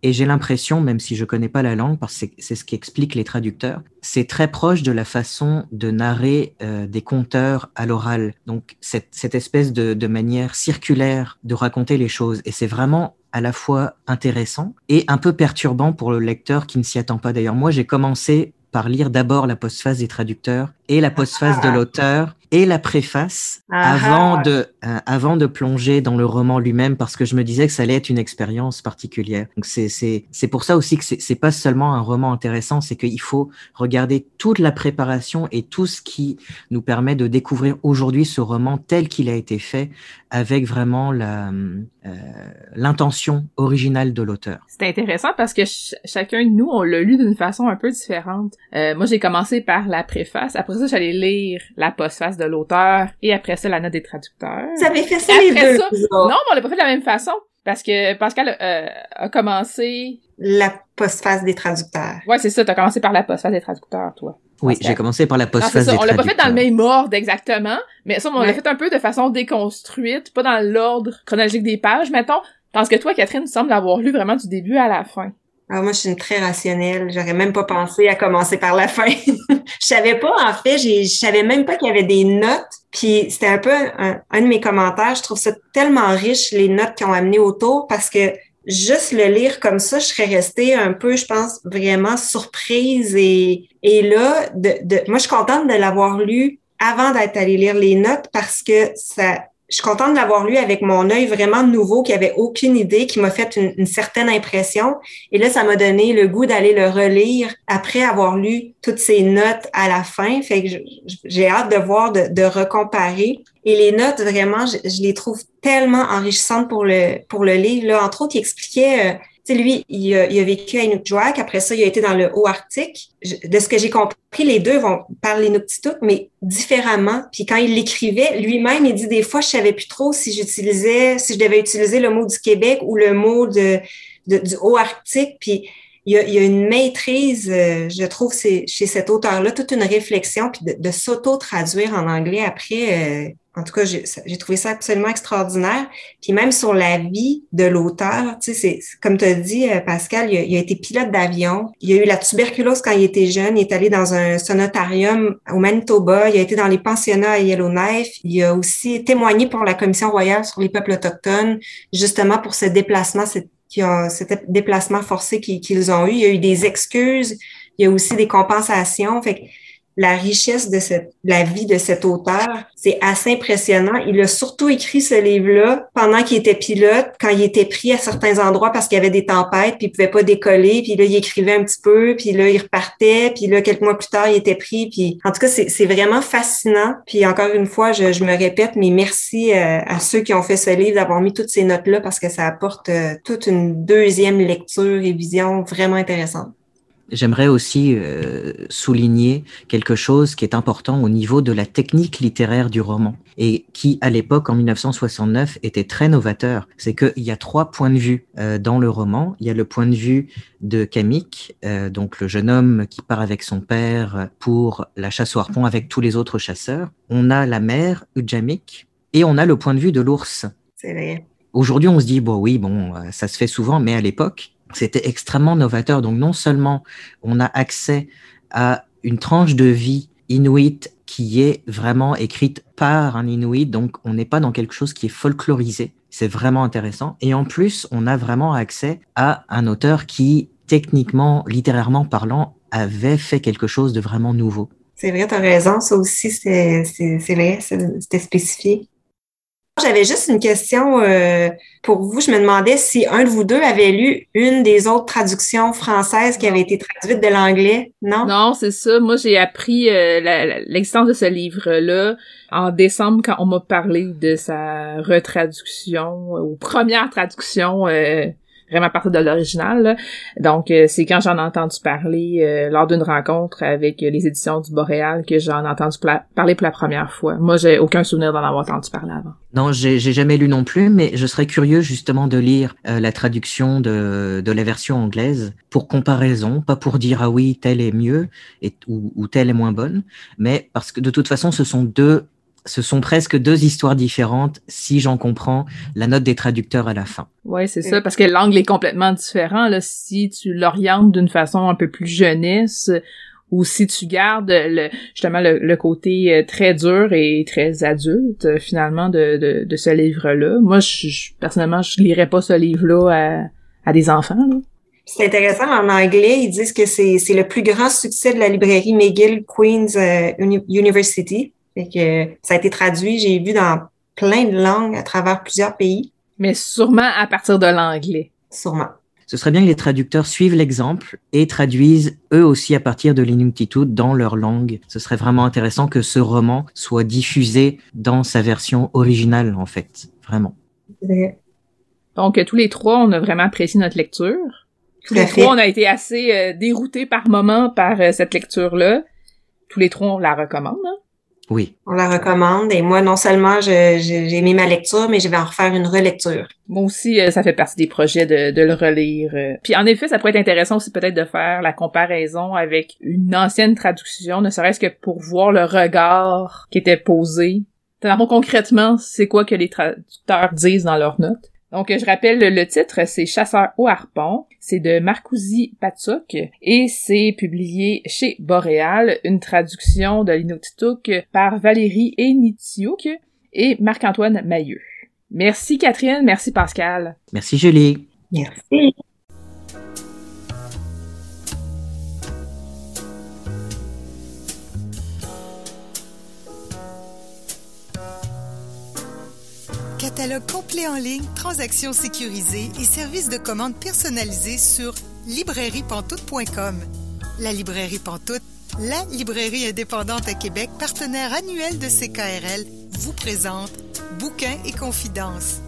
E: Et j'ai l'impression, même si je connais pas la langue, parce que c'est, c'est ce qu'expliquent les traducteurs, c'est très proche de la façon de narrer euh, des conteurs à l'oral. Donc, cette, cette espèce de, de manière circulaire de raconter les choses. Et c'est vraiment à la fois intéressant et un peu perturbant pour le lecteur qui ne s'y attend pas. D'ailleurs, moi, j'ai commencé par lire d'abord la postface des traducteurs et la postface ah. de l'auteur et la préface ah. avant de euh, avant de plonger dans le roman lui-même, parce que je me disais que ça allait être une expérience particulière. Donc c'est c'est c'est pour ça aussi que c'est c'est pas seulement un roman intéressant, c'est qu'il faut regarder toute la préparation et tout ce qui nous permet de découvrir aujourd'hui ce roman tel qu'il a été fait, avec vraiment la euh, l'intention originale de l'auteur.
B: C'est intéressant parce que ch- chacun de nous on l'a lu d'une façon un peu différente. Euh, moi j'ai commencé par la préface, après ça j'allais lire la postface de l'auteur et après ça la note des traducteurs.
D: Vous avez fait ça les deux?
B: Non, mais on l'a pas fait de la même façon parce que Pascal euh, a commencé
D: la postface des traducteurs.
B: Ouais, c'est ça, t'as commencé par la postface des traducteurs, toi.
E: Oui, j'ai commencé par la postface des
B: traducteurs. On l'a pas fait dans le même ordre exactement, mais ça, on ouais. l'a fait un peu de façon déconstruite, pas dans l'ordre chronologique des pages, mettons. Parce que toi, Catherine, tu sembles l'avoir lu vraiment du début à la fin.
D: Ah, moi, je suis une très rationnelle. J'aurais même pas pensé à commencer par la fin. Je savais pas, en fait, j'ai, je savais même pas qu'il y avait des notes. Puis c'était un peu un, un de mes commentaires. Je trouve ça tellement riche, les notes qui ont amené autour, parce que juste le lire comme ça, je serais restée un peu, je pense, vraiment surprise. Et, et là, de, de, moi, je suis contente de l'avoir lu avant d'être allée lire les notes, parce que ça... Je suis contente de l'avoir lu avec mon œil vraiment nouveau, qui avait aucune idée, qui m'a fait une, une certaine impression. Et là, ça m'a donné le goût d'aller le relire après avoir lu toutes ces notes à la fin. Fait que je, j'ai hâte de voir, de, de recomparer. Et les notes, vraiment, je, je les trouve tellement enrichissantes pour le pour le livre. Là, entre autres, il expliquait... Euh, Tu sais, lui, il a, il a vécu à Inukjuak. Après ça, il a été dans le Haut-Arctique. Je, de ce que j'ai compris, les deux vont parler Inuktitut, mais différemment. Puis quand il l'écrivait, lui-même, il dit des fois, je savais plus trop si j'utilisais, si je devais utiliser le mot du Québec ou le mot de, de du Haut-Arctique. Puis il y a, il y a une maîtrise, euh, je trouve, c'est, chez cet auteur-là, toute une réflexion, puis de, de s'auto-traduire en anglais après. Euh, En tout cas, j'ai, j'ai trouvé ça absolument extraordinaire. Puis même sur la vie de l'auteur, tu sais, c'est, comme tu as dit, Pascal, il a, il a été pilote d'avion. Il a eu la tuberculose quand il était jeune. Il est allé dans un sanitarium au Manitoba. Il a été dans les pensionnats à Yellowknife. Il a aussi témoigné pour la Commission royale sur les peuples autochtones, justement pour ce déplacement, cette, qui a, cet déplacement forcé qu'ils, qu'ils ont eu. Il y a eu des excuses. Il y a aussi des compensations. Fait que la richesse de cette, la vie de cet auteur, c'est assez impressionnant. Il a surtout écrit ce livre-là pendant qu'il était pilote, quand il était pris à certains endroits parce qu'il y avait des tempêtes, puis il pouvait pas décoller, puis là, il écrivait un petit peu, puis là, il repartait, puis là, quelques mois plus tard, il était pris, puis en tout cas, c'est, c'est vraiment fascinant. Puis encore une fois, je, je me répète, mais merci à, à ceux qui ont fait ce livre d'avoir mis toutes ces notes-là, parce que ça apporte euh, toute une deuxième lecture et vision vraiment intéressante.
E: J'aimerais aussi euh, souligner quelque chose qui est important au niveau de la technique littéraire du roman et qui, à l'époque, en dix-neuf cent soixante-neuf, était très novateur. C'est qu'il y a trois points de vue euh, dans le roman. Il y a le point de vue de Kamik, euh, donc le jeune homme qui part avec son père pour la chasse au harpon avec tous les autres chasseurs. On a la mère, Ujamik, et on a le point de vue de l'ours.
D: C'est vrai.
E: Aujourd'hui, on se dit, bon oui, bon, ça se fait souvent, mais à l'époque, c'était extrêmement novateur. Donc, non seulement on a accès à une tranche de vie inuit qui est vraiment écrite par un Inuit, donc on n'est pas dans quelque chose qui est folklorisé. C'est vraiment intéressant. Et en plus, on a vraiment accès à un auteur qui, techniquement, littérairement parlant, avait fait quelque chose de vraiment nouveau.
D: C'est vrai, tu as raison. Ça aussi, c'est, c'est, c'est vrai, c'était spécifié. J'avais juste une question euh, pour vous. Je me demandais si un de vous deux avait lu une des autres traductions françaises qui avait été traduite de l'anglais, non?
B: Non, c'est ça. Moi, j'ai appris euh, la, la, l'existence de ce livre-là en décembre quand on m'a parlé de sa retraduction, euh, ou première traduction euh, vraiment à partir de l'original, là. Donc, euh, c'est quand j'en ai entendu parler euh, lors d'une rencontre avec les éditions du Boréal que j'en ai entendu pla- parler pour la première fois. Moi, j'ai aucun souvenir d'en avoir entendu parler avant.
E: Non, j'ai, j'ai jamais lu non plus, mais je serais curieux justement de lire euh, la traduction de, de la version anglaise pour comparaison, pas pour dire ah oui, telle est mieux et, ou, ou telle est moins bonne, mais parce que de toute façon, ce sont deux ce sont presque deux histoires différentes, si j'en comprends la note des traducteurs à la fin.
B: Ouais, c'est ça, parce que l'angle est complètement différent, là. Si tu l'orientes d'une façon un peu plus jeunesse, ou si tu gardes le, justement le, le côté très dur et très adulte, finalement, de, de, de ce livre-là. Moi, je, je, personnellement, je lirais pas ce livre-là à, à des enfants, là.
D: C'est intéressant, en anglais, ils disent que c'est, c'est le plus grand succès de la librairie McGill Queen's euh, Uni- University. Fait que ça a été traduit, j'ai vu dans plein de langues à travers plusieurs pays.
B: Mais sûrement à partir de l'anglais.
D: Sûrement.
E: Ce serait bien que les traducteurs suivent l'exemple et traduisent eux aussi à partir de l'Inuktitut dans leur langue. Ce serait vraiment intéressant que ce roman soit diffusé dans sa version originale, en fait. Vraiment.
D: Ouais.
B: Donc, tous les trois, on a vraiment apprécié notre lecture. Tous les trois, on a été assez euh, déroutés par moments par euh, cette lecture-là. Tous les trois, on la recommande, hein?
E: Oui.
D: On la recommande. Et moi, non seulement je, je, j'ai aimé ma lecture, mais je vais en refaire une relecture.
B: Moi aussi, euh, ça fait partie des projets de, de le relire. Euh. Puis en effet, ça pourrait être intéressant aussi peut-être de faire la comparaison avec une ancienne traduction, ne serait-ce que pour voir le regard qui était posé. Dans concrètement, c'est quoi que les traducteurs disent dans leurs notes. Donc, je rappelle le titre, c'est Chasseur au harpon. C'est de Marcusi Patsuk et c'est publié chez Boréal, une traduction de l'Inuktitut par Valérie Enitiuk et Marc-Antoine Mailleux. Merci Catherine, merci Pascal.
E: Merci Julie.
D: Merci.
A: Catalogue complet en ligne, transactions sécurisées et services de commande personnalisés sur librairie pantoute point com. La Librairie Pantoute, la librairie indépendante à Québec, partenaire annuel de C K R L, vous présente Bouquins et confidences.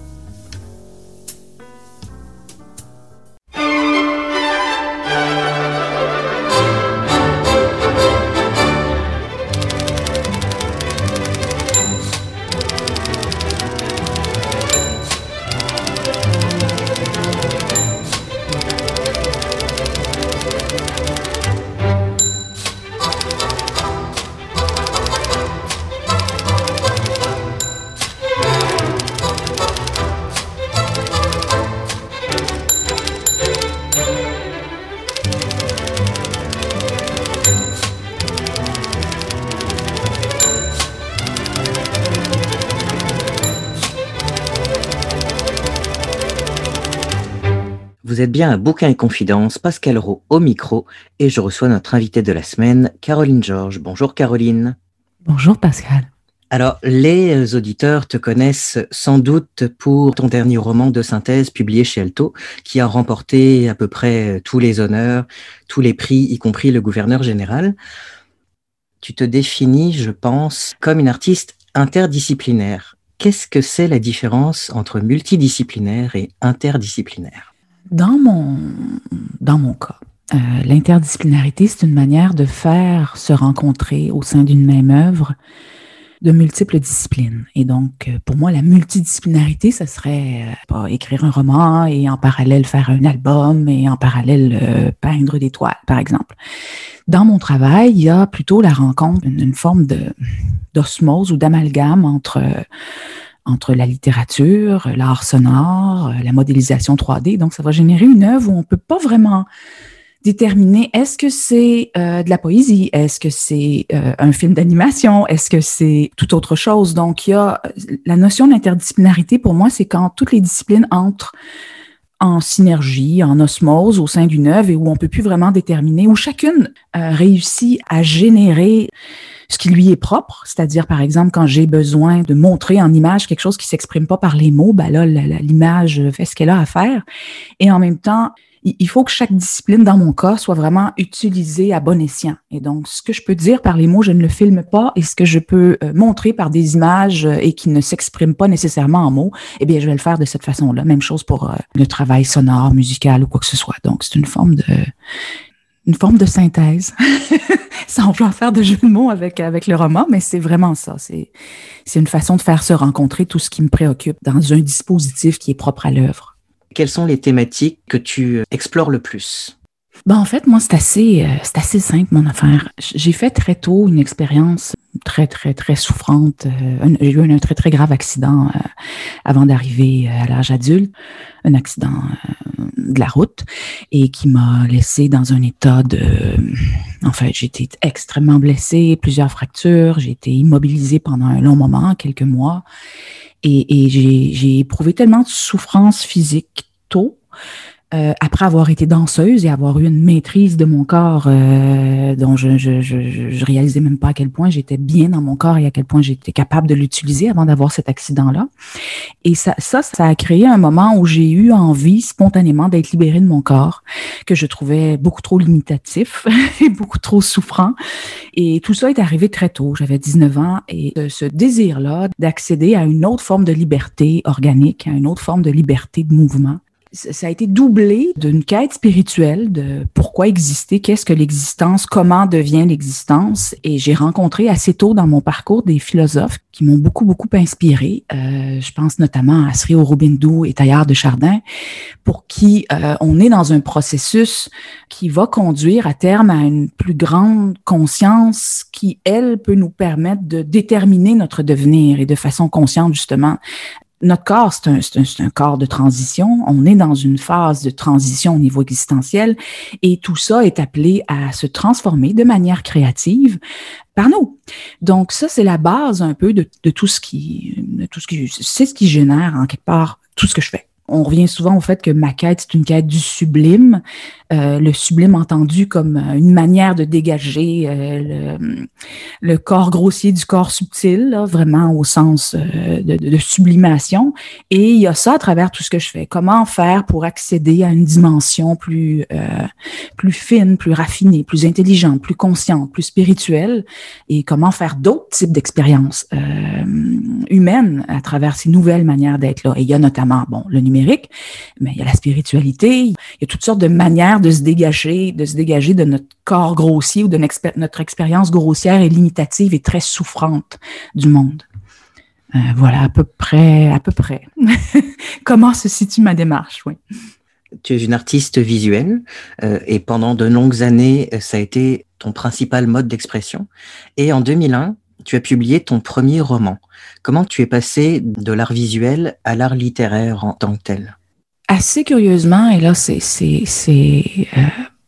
E: Vous êtes bien à Bouquins et Confidences, Pascal Rowe au micro, et je reçois notre invitée de la semaine, Caroline Georges. Bonjour Caroline.
F: Bonjour Pascal.
E: Alors, les auditeurs te connaissent sans doute pour ton dernier roman de synthèse publié chez Alto, qui a remporté à peu près tous les honneurs, tous les prix, y compris le gouverneur général. Tu te définis, je pense, comme une artiste interdisciplinaire. Qu'est-ce que c'est la différence entre multidisciplinaire et interdisciplinaire ?
F: Dans mon, dans mon cas, euh, l'interdisciplinarité, c'est une manière de faire se rencontrer au sein d'une même œuvre de multiples disciplines. Et donc, pour moi, la multidisciplinarité, ce serait euh, pas écrire un roman et en parallèle faire un album et en parallèle euh, peindre des toiles, par exemple. Dans mon travail, il y a plutôt la rencontre, une, une forme de, d'osmose ou d'amalgame entre... Euh, entre la littérature, l'art sonore, la modélisation trois D. Donc, ça va générer une œuvre où on ne peut pas vraiment déterminer est-ce que c'est euh, de la poésie, est-ce que c'est euh, un film d'animation, est-ce que c'est tout autre chose. Donc, il y a la notion d'interdisciplinarité, pour moi, c'est quand toutes les disciplines entrent en synergie, en osmose au sein d'une œuvre et où on ne peut plus vraiment déterminer, où chacune euh, réussit à générer ce qui lui est propre, c'est-à-dire, par exemple, quand j'ai besoin de montrer en image quelque chose qui ne s'exprime pas par les mots, ben là, la, la, l'image fait ce qu'elle a à faire. Et en même temps, il, il faut que chaque discipline, dans mon cas, soit vraiment utilisée à bon escient. Et donc, ce que je peux dire par les mots, je ne le filme pas, et ce que je peux euh, montrer par des images euh, et qui ne s'expriment pas nécessairement en mots, eh bien, je vais le faire de cette façon-là. Même chose pour euh, le travail sonore, musical ou quoi que ce soit. Donc, c'est une forme de... une forme de synthèse, sans vouloir faire de jeu de mots avec, avec le roman, mais c'est vraiment ça. C'est, c'est une façon de faire se rencontrer tout ce qui me préoccupe dans un dispositif qui est propre à l'œuvre.
E: Quelles sont les thématiques que tu explores le plus?
F: Ben, en fait, moi, c'est assez, euh, c'est assez simple, mon affaire. J'ai fait très tôt une expérience très, très, très souffrante. Euh, un, j'ai eu un, un très, très grave accident euh, avant d'arriver à l'âge adulte, un accident euh, de la route, et qui m'a laissée dans un état de... En fait, j'ai été extrêmement blessée, plusieurs fractures, j'ai été immobilisée pendant un long moment, quelques mois, et, et j'ai, j'ai éprouvé tellement de souffrance physique tôt, Euh, après avoir été danseuse et avoir eu une maîtrise de mon corps euh, dont je, je, je, je réalisais même pas à quel point j'étais bien dans mon corps et à quel point j'étais capable de l'utiliser avant d'avoir cet accident-là. Et ça, ça, ça a créé un moment où j'ai eu envie spontanément d'être libérée de mon corps, que je trouvais beaucoup trop limitatif et beaucoup trop souffrant. Et tout ça est arrivé très tôt. J'avais dix-neuf ans et ce, ce désir-là d'accéder à une autre forme de liberté organique, à une autre forme de liberté de mouvement, ça a été doublé d'une quête spirituelle de pourquoi exister, qu'est-ce que l'existence, comment devient l'existence. Et j'ai rencontré assez tôt dans mon parcours des philosophes qui m'ont beaucoup, beaucoup inspiré. Euh, je pense notamment à Sri Aurobindo et Teilhard de Chardin, pour qui euh, on est dans un processus qui va conduire à terme à une plus grande conscience qui, elle, peut nous permettre de déterminer notre devenir et de façon consciente, justement. Notre corps, c'est un, c'est, un, c'est un corps de transition. On est dans une phase de transition au niveau existentiel et tout ça est appelé à se transformer de manière créative par nous. Donc ça, c'est la base un peu de, de tout ce qui, de tout ce qui, c'est ce qui génère en quelque part tout ce que je fais. On revient souvent au fait que ma quête, c'est une quête du sublime, euh, le sublime entendu comme une manière de dégager euh, le, le corps grossier du corps subtil, là, vraiment au sens euh, de, de, de sublimation. Et il y a ça à travers tout ce que je fais. Comment faire pour accéder à une dimension plus, euh, plus fine, plus raffinée, plus intelligente, plus consciente, plus spirituelle, et comment faire d'autres types d'expériences euh, humaines à travers ces nouvelles manières d'être là. Et il y a notamment, bon, le numérique, mais il y a la spiritualité, il y a toutes sortes de manières de se dégager, de se dégager de notre corps grossier ou de notre, expé- notre expérience grossière et limitative et très souffrante du monde. Euh, voilà, à peu près, à peu près. Comment se situe ma démarche, oui.
E: Tu es une artiste visuelle euh, et pendant de longues années, ça a été ton principal mode d'expression. Et en deux mille un, tu as publié ton premier roman. Comment tu es passé de l'art visuel à l'art littéraire en tant que tel?
F: Assez curieusement, et là, c'est, c'est, c'est, euh,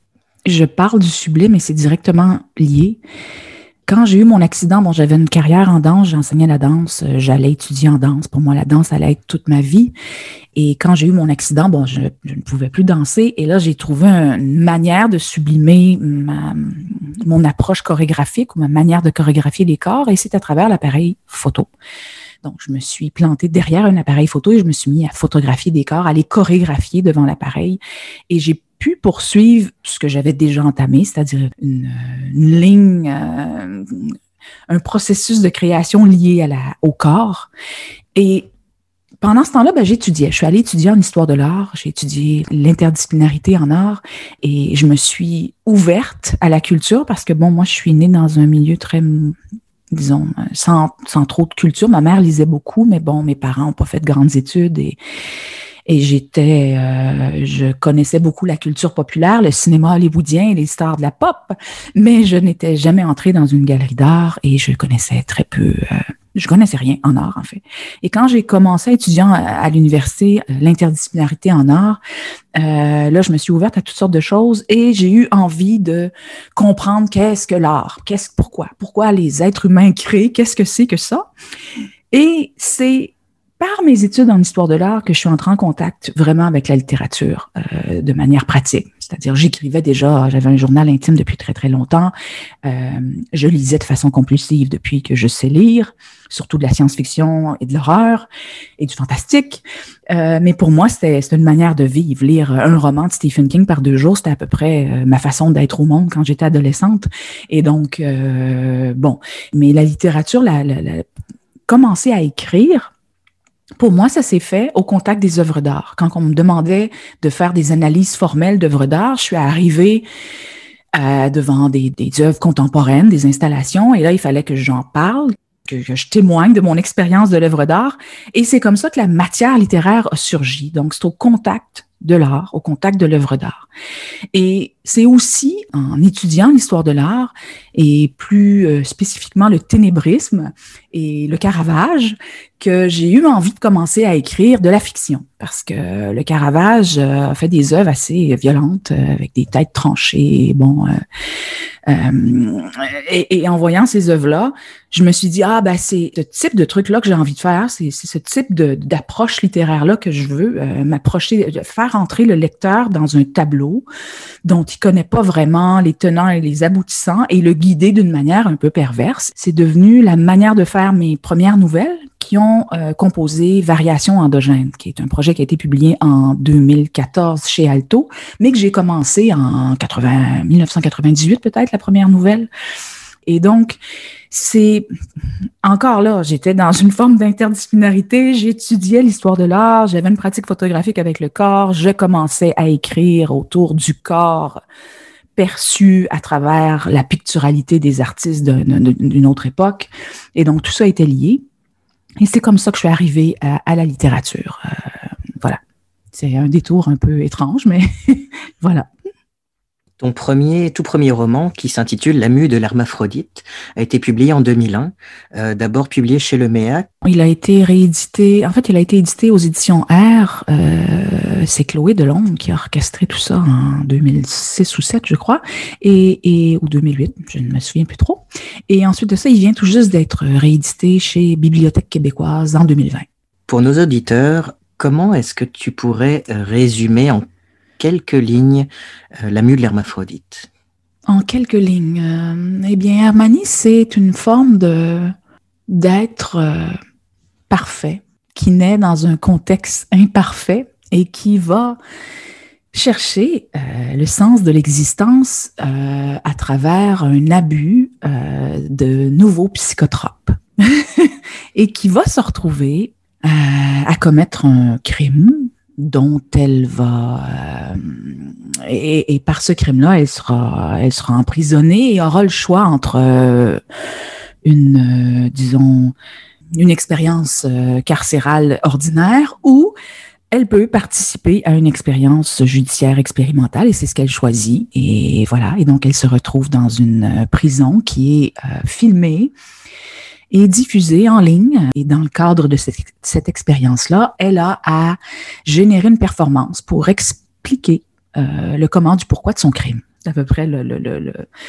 F: je parle du sublime et c'est directement lié. Quand j'ai eu mon accident, bon, j'avais une carrière en danse, j'enseignais la danse, j'allais étudier en danse. Pour moi, la danse allait être toute ma vie. Et quand j'ai eu mon accident, bon, je, je ne pouvais plus danser. Et là, j'ai trouvé une manière de sublimer ma, mon approche chorégraphique ou ma manière de chorégraphier les corps. Et c'est à travers l'appareil photo. Donc, je me suis plantée derrière un appareil photo et je me suis mis à photographier des corps, à les chorégraphier devant l'appareil. Et j'ai pu poursuivre ce que j'avais déjà entamé, c'est-à-dire une, une ligne, euh, un processus de création lié à la, au corps. Et pendant ce temps-là, ben, j'étudiais. Je suis allée étudier en histoire de l'art. J'ai étudié l'interdisciplinarité en art et je me suis ouverte à la culture parce que, bon, moi, je suis née dans un milieu très... disons, sans, sans trop de culture. Ma mère lisait beaucoup, mais bon, mes parents n'ont pas fait de grandes études et, et j'étais, euh, je connaissais beaucoup la culture populaire, le cinéma hollywoodien et les stars de la pop, mais je n'étais jamais entrée dans une galerie d'art et je connaissais très peu, euh, je connaissais rien en art, en fait. Et quand j'ai commencé à étudier à, à l'université l'interdisciplinarité en art, euh, là, je me suis ouverte à toutes sortes de choses et j'ai eu envie de comprendre qu'est-ce que l'art, qu'est-ce, pourquoi, pourquoi les êtres humains créent, qu'est-ce que c'est que ça. Et c'est par mes études en histoire de l'art que je suis entrée en contact vraiment avec la littérature euh, de manière pratique. C'est-à-dire, j'écrivais déjà, j'avais un journal intime depuis très, très longtemps. Euh, je lisais de façon compulsive depuis que je sais lire, surtout de la science-fiction et de l'horreur et du fantastique. Euh, mais pour moi, c'était, c'était une manière de vivre. Lire un roman de Stephen King par deux jours, c'était à peu près euh, ma façon d'être au monde quand j'étais adolescente. Et donc, euh, bon, mais la littérature, la, la, la, commencer à écrire, pour moi, ça s'est fait au contact des œuvres d'art. Quand on me demandait de faire des analyses formelles d'œuvres d'art, je suis arrivée euh, devant des, des œuvres contemporaines, des installations, et là, il fallait que j'en parle, que, que je témoigne de mon expérience de l'œuvre d'art. Et c'est comme ça que la matière littéraire a surgi. Donc, c'est au contact de l'art, au contact de l'œuvre d'art. Et c'est aussi en étudiant l'histoire de l'art et plus euh, spécifiquement le ténébrisme et le Caravage que j'ai eu envie de commencer à écrire de la fiction. Parce que le Caravage euh, a fait des œuvres assez violentes euh, avec des têtes tranchées. Bon, euh, euh, et, et en voyant ces œuvres-là, je me suis dit, ah ben c'est ce type de truc-là que j'ai envie de faire, c'est, c'est ce type de, d'approche littéraire-là que je veux euh, m'approcher, faire entrer le lecteur dans un tableau dont il connaît pas vraiment les tenants et les aboutissants et le guider d'une manière un peu perverse. C'est devenu la manière de faire mes premières nouvelles qui ont euh, composé Variations endogènes, qui est un projet qui a été publié en deux mille quatorze chez Alto, mais que j'ai commencé en quatre-vingts, dix-neuf cent quatre-vingt-dix-huit peut-être, la première nouvelle. Et donc, c'est encore là, j'étais dans une forme d'interdisciplinarité, j'étudiais l'histoire de l'art, j'avais une pratique photographique avec le corps, je commençais à écrire autour du corps perçu à travers la picturalité des artistes d'une, d'une autre époque. Et donc, tout ça était lié. Et c'est comme ça que je suis arrivée à, à la littérature. Euh, voilà. C'est un détour un peu étrange, mais voilà.
E: Ton premier, tout premier roman, qui s'intitule La mue de l'hermaphrodite, a été publié en deux mille un, euh, d'abord publié chez Le Méac.
F: Il a été réédité, en fait, il a été édité aux éditions R. Euh, c'est Chloé Delhomme qui a orchestré tout ça en deux mille six ou deux mille sept, je crois, et, et ou deux mille huit, je ne me souviens plus trop. Et ensuite de ça, il vient tout juste d'être réédité chez Bibliothèque québécoise en deux mille vingt.
E: Pour nos auditeurs, comment est-ce que tu pourrais résumer en quelques lignes euh, La mue de l'hermaphrodite?
F: En quelques lignes. Euh, eh bien, Hermanie, c'est une forme de d'être euh, parfait, qui naît dans un contexte imparfait et qui va chercher euh, le sens de l'existence euh, à travers un abus euh, de nouveaux psychotropes et qui va se retrouver euh, à commettre un crime dont elle va euh, et, et par ce crime-là, elle sera, elle sera emprisonnée et aura le choix entre euh, une, euh, disons, une expérience euh, carcérale ordinaire ou elle peut participer à une expérience judiciaire expérimentale et c'est ce qu'elle choisit. Et voilà, et donc elle se retrouve dans une prison qui est euh, filmée et diffusée en ligne. Et dans le cadre de cette, cette expérience-là, elle a à générer une performance pour expliquer euh, le comment du pourquoi de son crime. C'est à peu près le, le, le, le,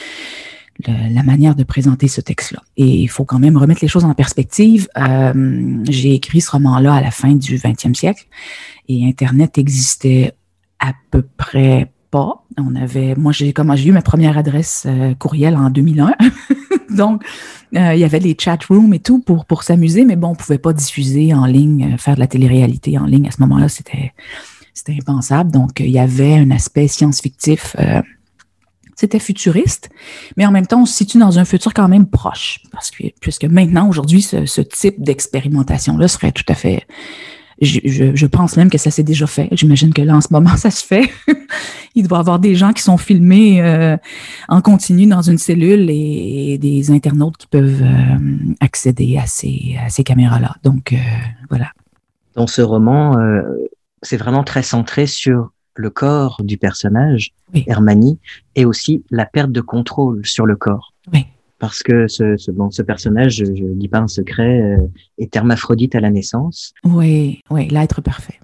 F: le, la manière de présenter ce texte-là. Et il faut quand même remettre les choses en perspective. Euh, j'ai écrit ce roman-là à la fin du vingtième siècle et Internet existait à peu près pas. On avait, moi, j'ai, comment, j'ai eu ma première adresse euh, courriel en deux mille un. Donc, euh, il y avait les chat rooms et tout pour, pour s'amuser, mais bon, on ne pouvait pas diffuser en ligne, euh, faire de la télé-réalité en ligne. À ce moment-là, c'était, c'était impensable. Donc, il y avait un aspect science-fictif. Euh, c'était futuriste, mais en même temps, on se situe dans un futur quand même proche. Parce que, puisque maintenant, aujourd'hui, ce, ce type d'expérimentation-là serait tout à fait... Je, je, je pense même que ça s'est déjà fait. J'imagine que là, en ce moment, ça se fait. Il doit y avoir des gens qui sont filmés euh, en continu dans une cellule et, et des internautes qui peuvent euh, accéder à ces, à ces caméras-là. Donc, euh, voilà.
E: Dans ce roman, euh, c'est vraiment très centré sur le corps du personnage, oui. Hermanie, et aussi la perte de contrôle sur le corps.
F: Oui.
E: Parce que ce, ce, bon, ce personnage, je ne dis pas un secret, euh, est hermaphrodite à la naissance.
F: Oui, oui, l'être parfait.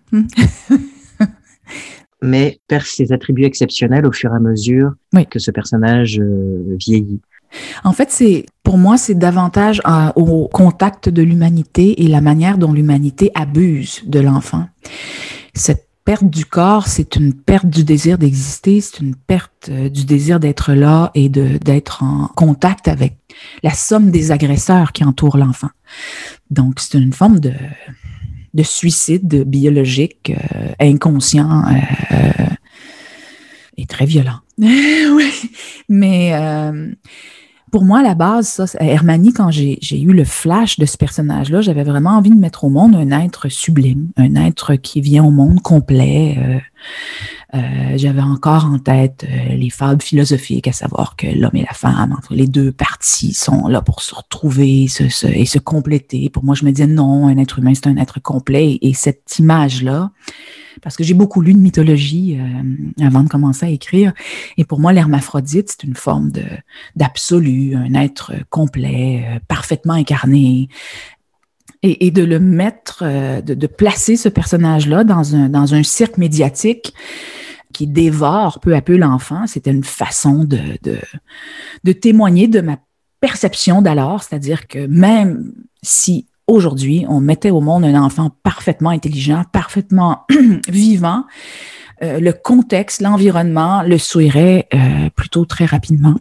E: Mais perd ses attributs exceptionnels au fur et à mesure oui. que ce personnage euh, vieillit.
F: En fait, c'est pour moi, c'est davantage euh, au contact de l'humanité et la manière dont l'humanité abuse de l'enfant. Cette perte du corps, c'est une perte du désir d'exister, c'est une perte euh, du désir d'être là et de d'être en contact avec la somme des agresseurs qui entourent l'enfant. Donc, c'est une forme de, de suicide biologique, euh, inconscient euh, et très violent. Oui, mais... Euh, Pour moi, à la base, ça, Hermanie, quand j'ai, j'ai eu le flash de ce personnage-là, j'avais vraiment envie de mettre au monde un être sublime, un être qui vient au monde complet. Euh, euh, j'avais encore en tête euh, les fables philosophiques, à savoir que l'homme et la femme, entre les deux parties, sont là pour se retrouver se, se, et se compléter. Pour moi, je me disais non, un être humain, c'est un être complet. Et cette image-là parce que j'ai beaucoup lu de mythologie euh, avant de commencer à écrire. Et pour moi, l'hermaphrodite, c'est une forme de, d'absolu, un être complet, euh, parfaitement incarné. Et, et de le mettre, euh, de, de placer ce personnage-là dans un, dans un cirque médiatique qui dévore peu à peu l'enfant, c'était une façon de, de, de témoigner de ma perception d'alors, c'est-à-dire que même si aujourd'hui, on mettait au monde un enfant parfaitement intelligent, parfaitement vivant, euh, le contexte, l'environnement le souillerait euh, plutôt très rapidement.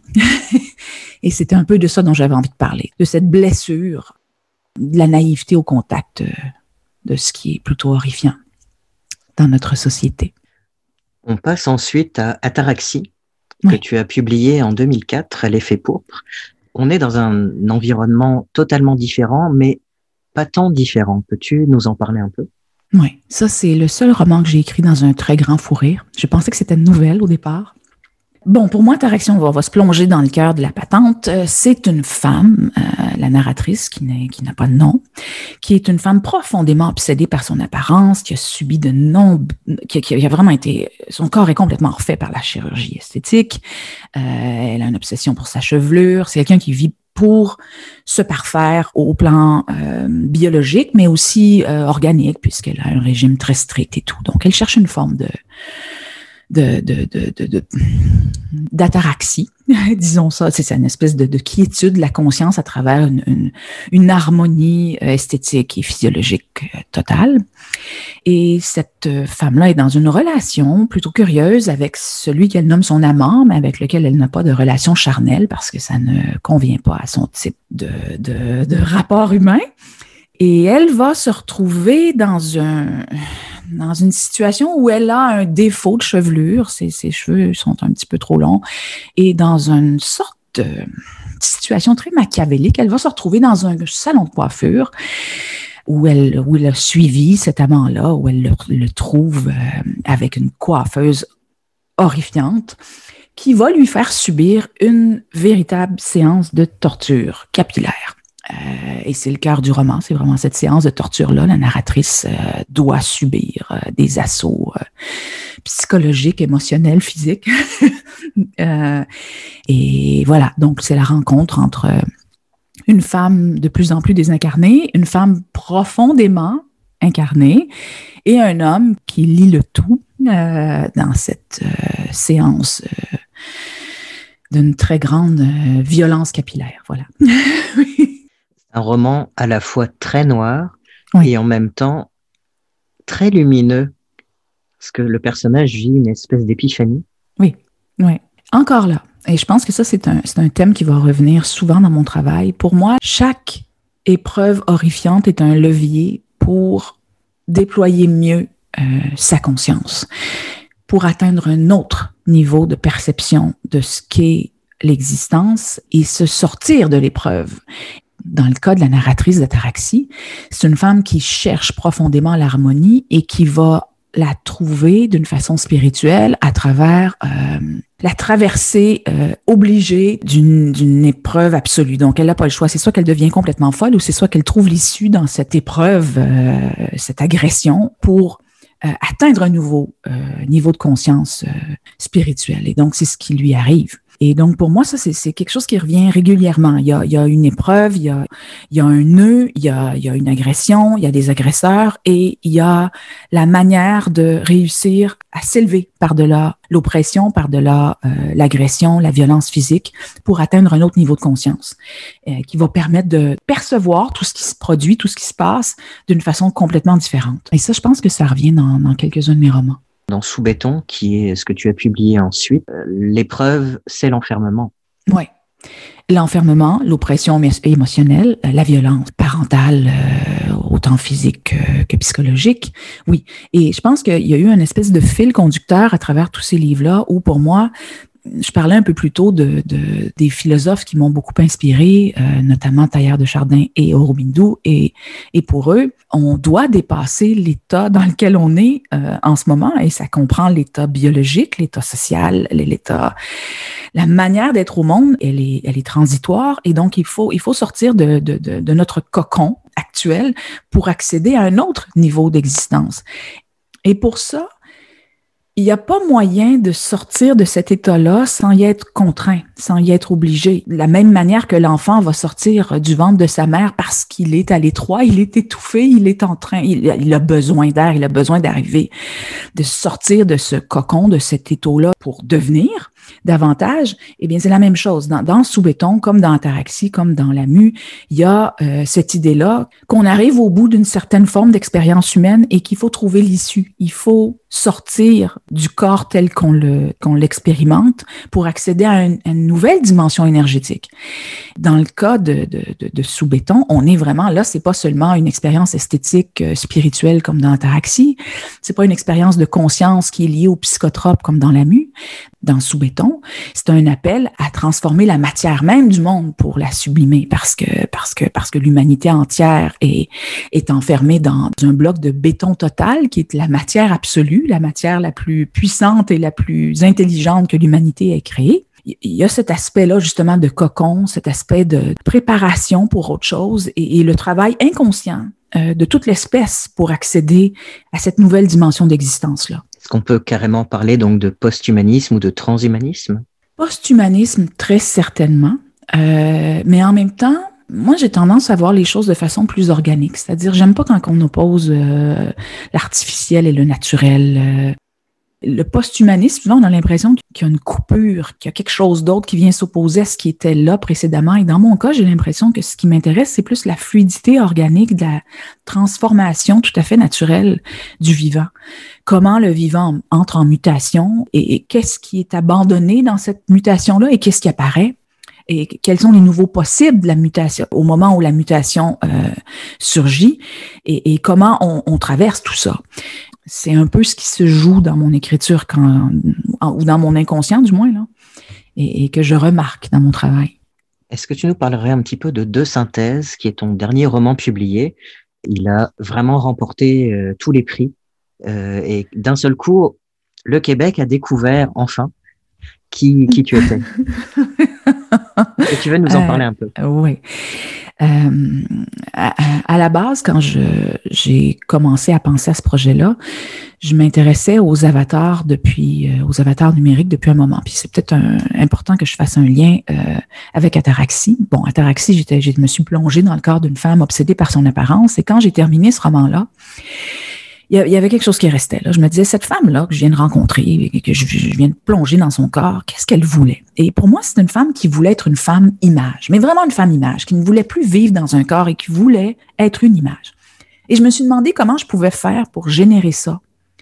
F: Et c'était un peu de ça dont j'avais envie de parler, de cette blessure, de la naïveté au contact euh, de ce qui est plutôt horrifiant dans notre société.
E: On passe ensuite à Ataraxie,
F: oui.
E: que tu as publié en deux mille quatre, L'effet pourpre. On est dans un environnement totalement différent, mais pas tant différent. Peux-tu nous en parler un peu?
F: Oui, ça c'est le seul roman que j'ai écrit dans un très grand fou rire. Je pensais que c'était une nouvelle au départ. Bon, pour moi, Ataraxie, on va, on va se plonger dans le cœur de la patente. Euh, c'est une femme, euh, la narratrice, qui, n'est, qui n'a pas de nom, qui est une femme profondément obsédée par son apparence, qui a subi de nombreux, qui, qui a vraiment été, son corps est complètement refait par la chirurgie esthétique. Euh, elle a une obsession pour sa chevelure. C'est quelqu'un qui vit pour se parfaire au plan euh, biologique, mais aussi euh, organique, puisqu'elle a un régime très strict et tout. Donc, elle cherche une forme de De, de, de, de, de, d'ataraxie, disons ça. C'est une espèce de, de quiétude de la conscience à travers une, une, une harmonie esthétique et physiologique totale. Et cette femme-là est dans une relation plutôt curieuse avec celui qu'elle nomme son amant, mais avec lequel elle n'a pas de relation charnelle parce que ça ne convient pas à son type de, de, de rapport humain. Et elle va se retrouver dans un, dans une situation où elle a un défaut de chevelure, ses, ses cheveux sont un petit peu trop longs, et dans une sorte de situation très machiavélique, elle va se retrouver dans un salon de coiffure où elle, où elle a suivi cet amant-là, où elle le, le trouve euh, avec une coiffeuse horrifiante qui va lui faire subir une véritable séance de torture capillaire. Euh, et c'est le cœur du roman, c'est vraiment cette séance de torture-là. La narratrice euh, doit subir euh, des assauts euh, psychologiques, émotionnels, physiques. euh, et voilà, donc c'est la rencontre entre une femme de plus en plus désincarnée, une femme profondément incarnée et un homme qui lit le tout euh, dans cette euh, séance euh, d'une très grande euh, violence capillaire. Voilà.
E: Un roman à la fois très noir
F: oui.
E: et en même temps très lumineux, parce que le personnage vit une espèce d'épiphanie.
F: Oui, oui. Encore là. Et je pense que ça, c'est un, c'est un thème qui va revenir souvent dans mon travail. Pour moi, chaque épreuve horrifiante est un levier pour déployer mieux euh, sa conscience, pour atteindre un autre niveau de perception de ce qu'est l'existence et se sortir de l'épreuve. Dans le cas de la narratrice d'Ataraxie, c'est une femme qui cherche profondément l'harmonie et qui va la trouver d'une façon spirituelle à travers euh, la traversée euh, obligée d'une, d'une épreuve absolue. Donc, elle n'a pas le choix. C'est soit qu'elle devient complètement folle ou c'est soit qu'elle trouve l'issue dans cette épreuve, euh, cette agression pour euh, atteindre un nouveau euh, niveau de conscience euh, spirituelle. Et donc, c'est ce qui lui arrive. Et donc, pour moi, ça, c'est, c'est quelque chose qui revient régulièrement. Il y a, il y a une épreuve, il y a, il y a un nœud, il y a, il y a une agression, il y a des agresseurs et il y a la manière de réussir à s'élever par-delà l'oppression, par-delà euh, l'agression, la violence physique pour atteindre un autre niveau de conscience euh, qui va permettre de percevoir tout ce qui se produit, tout ce qui se passe d'une façon complètement différente. Et ça, je pense que ça revient dans, dans quelques-uns de mes romans.
E: Dans Sous béton, qui est ce que tu as publié ensuite, l'épreuve, c'est l'enfermement.
F: Oui. L'enfermement, l'oppression émotionnelle, la violence parentale, euh, autant physique que, que psychologique. Oui. Et je pense qu'il y a eu une espèce de fil conducteur à travers tous ces livres-là où, pour moi, je parlais un peu plus tôt de, de, des philosophes qui m'ont beaucoup inspiré, euh, notamment Teilhard de Chardin et Aurobindo. Et, et pour eux, on doit dépasser l'état dans lequel on est euh, en ce moment. Et ça comprend l'état biologique, l'état social, l'état, la manière d'être au monde, elle est, elle est transitoire. Et donc, il faut, il faut sortir de, de, de, de notre cocon actuel pour accéder à un autre niveau d'existence. Et pour ça, il n'y a pas moyen de sortir de cet état-là sans y être contraint, sans y être obligé. De la même manière que l'enfant va sortir du ventre de sa mère parce qu'il est à l'étroit, il est étouffé, il est en train, il, il a besoin d'air, il a besoin d'arriver, de sortir de ce cocon, de cet étau-là pour devenir davantage. Eh bien, c'est la même chose. Dans, dans Sous-béton, comme dans Ataraxie, comme dans la mue, il y a euh, cette idée-là qu'on arrive au bout d'une certaine forme d'expérience humaine et qu'il faut trouver l'issue. Il faut sortir du corps tel qu'on le qu'on l'expérimente pour accéder à une, à une nouvelle dimension énergétique. Dans le cas de, de, de, de Sous-béton, on est vraiment là, c'est pas seulement une expérience esthétique, euh, spirituelle comme dans Ataraxie, c'est pas une expérience de conscience qui est liée au psychotrope comme dans la mue. Dans Sous-béton, c'est un appel à transformer la matière même du monde pour la sublimer, parce que parce que parce que l'humanité entière est est enfermée dans un bloc de béton total qui est la matière absolue, la matière la plus puissante et la plus intelligente que l'humanité ait créée. Il y a cet aspect-là, justement, de cocon, cet aspect de préparation pour autre chose et, et le travail inconscient euh, de toute l'espèce pour accéder à cette nouvelle dimension d'existence-là.
E: Est-ce qu'on peut carrément parler donc de post-humanisme ou de transhumanisme? Post-humanisme,
F: très certainement. Euh, mais en même temps, moi, j'ai tendance à voir les choses de façon plus organique. C'est-à-dire, j'aime pas quand on oppose euh, l'artificiel et le naturel. Euh, Le post-humanisme, souvent, on a l'impression qu'il y a une coupure, qu'il y a quelque chose d'autre qui vient s'opposer à ce qui était là précédemment. Et dans mon cas, j'ai l'impression que ce qui m'intéresse, c'est plus la fluidité organique de la transformation tout à fait naturelle du vivant. Comment le vivant entre en mutation et, et qu'est-ce qui est abandonné dans cette mutation-là et qu'est-ce qui apparaît? Et quels sont les nouveaux possibles de la mutation au moment où la mutation euh, surgit et, et comment on, on traverse tout ça. C'est un peu ce qui se joue dans mon écriture quand, ou dans mon inconscient du moins, là, et, et que je remarque dans mon travail.
E: Est-ce que tu nous parlerais un petit peu de Deux Synthèses, qui est ton dernier roman publié? Il a vraiment remporté euh, tous les prix euh, et d'un seul coup, le Québec a découvert enfin qui, qui tu étais. Et tu veux nous en parler un peu?
F: Euh, oui. Euh, à, à la base, quand je, j'ai commencé à penser à ce projet-là, je m'intéressais aux avatars depuis, euh, aux avatars numériques depuis un moment. Puis c'est peut-être un, important que je fasse un lien euh, avec Ataraxie. Bon, Ataraxie, j'étais, je me suis plongée dans le corps d'une femme obsédée par son apparence. Et quand j'ai terminé ce roman-là, il y avait quelque chose qui restait là. Je me disais, cette femme-là que je viens de rencontrer, que je, je viens de plonger dans son corps, qu'est-ce qu'elle voulait? Et pour moi, c'est une femme qui voulait être une femme image, mais vraiment une femme image, qui ne voulait plus vivre dans un corps et qui voulait être une image. Et je me suis demandé comment je pouvais faire pour générer ça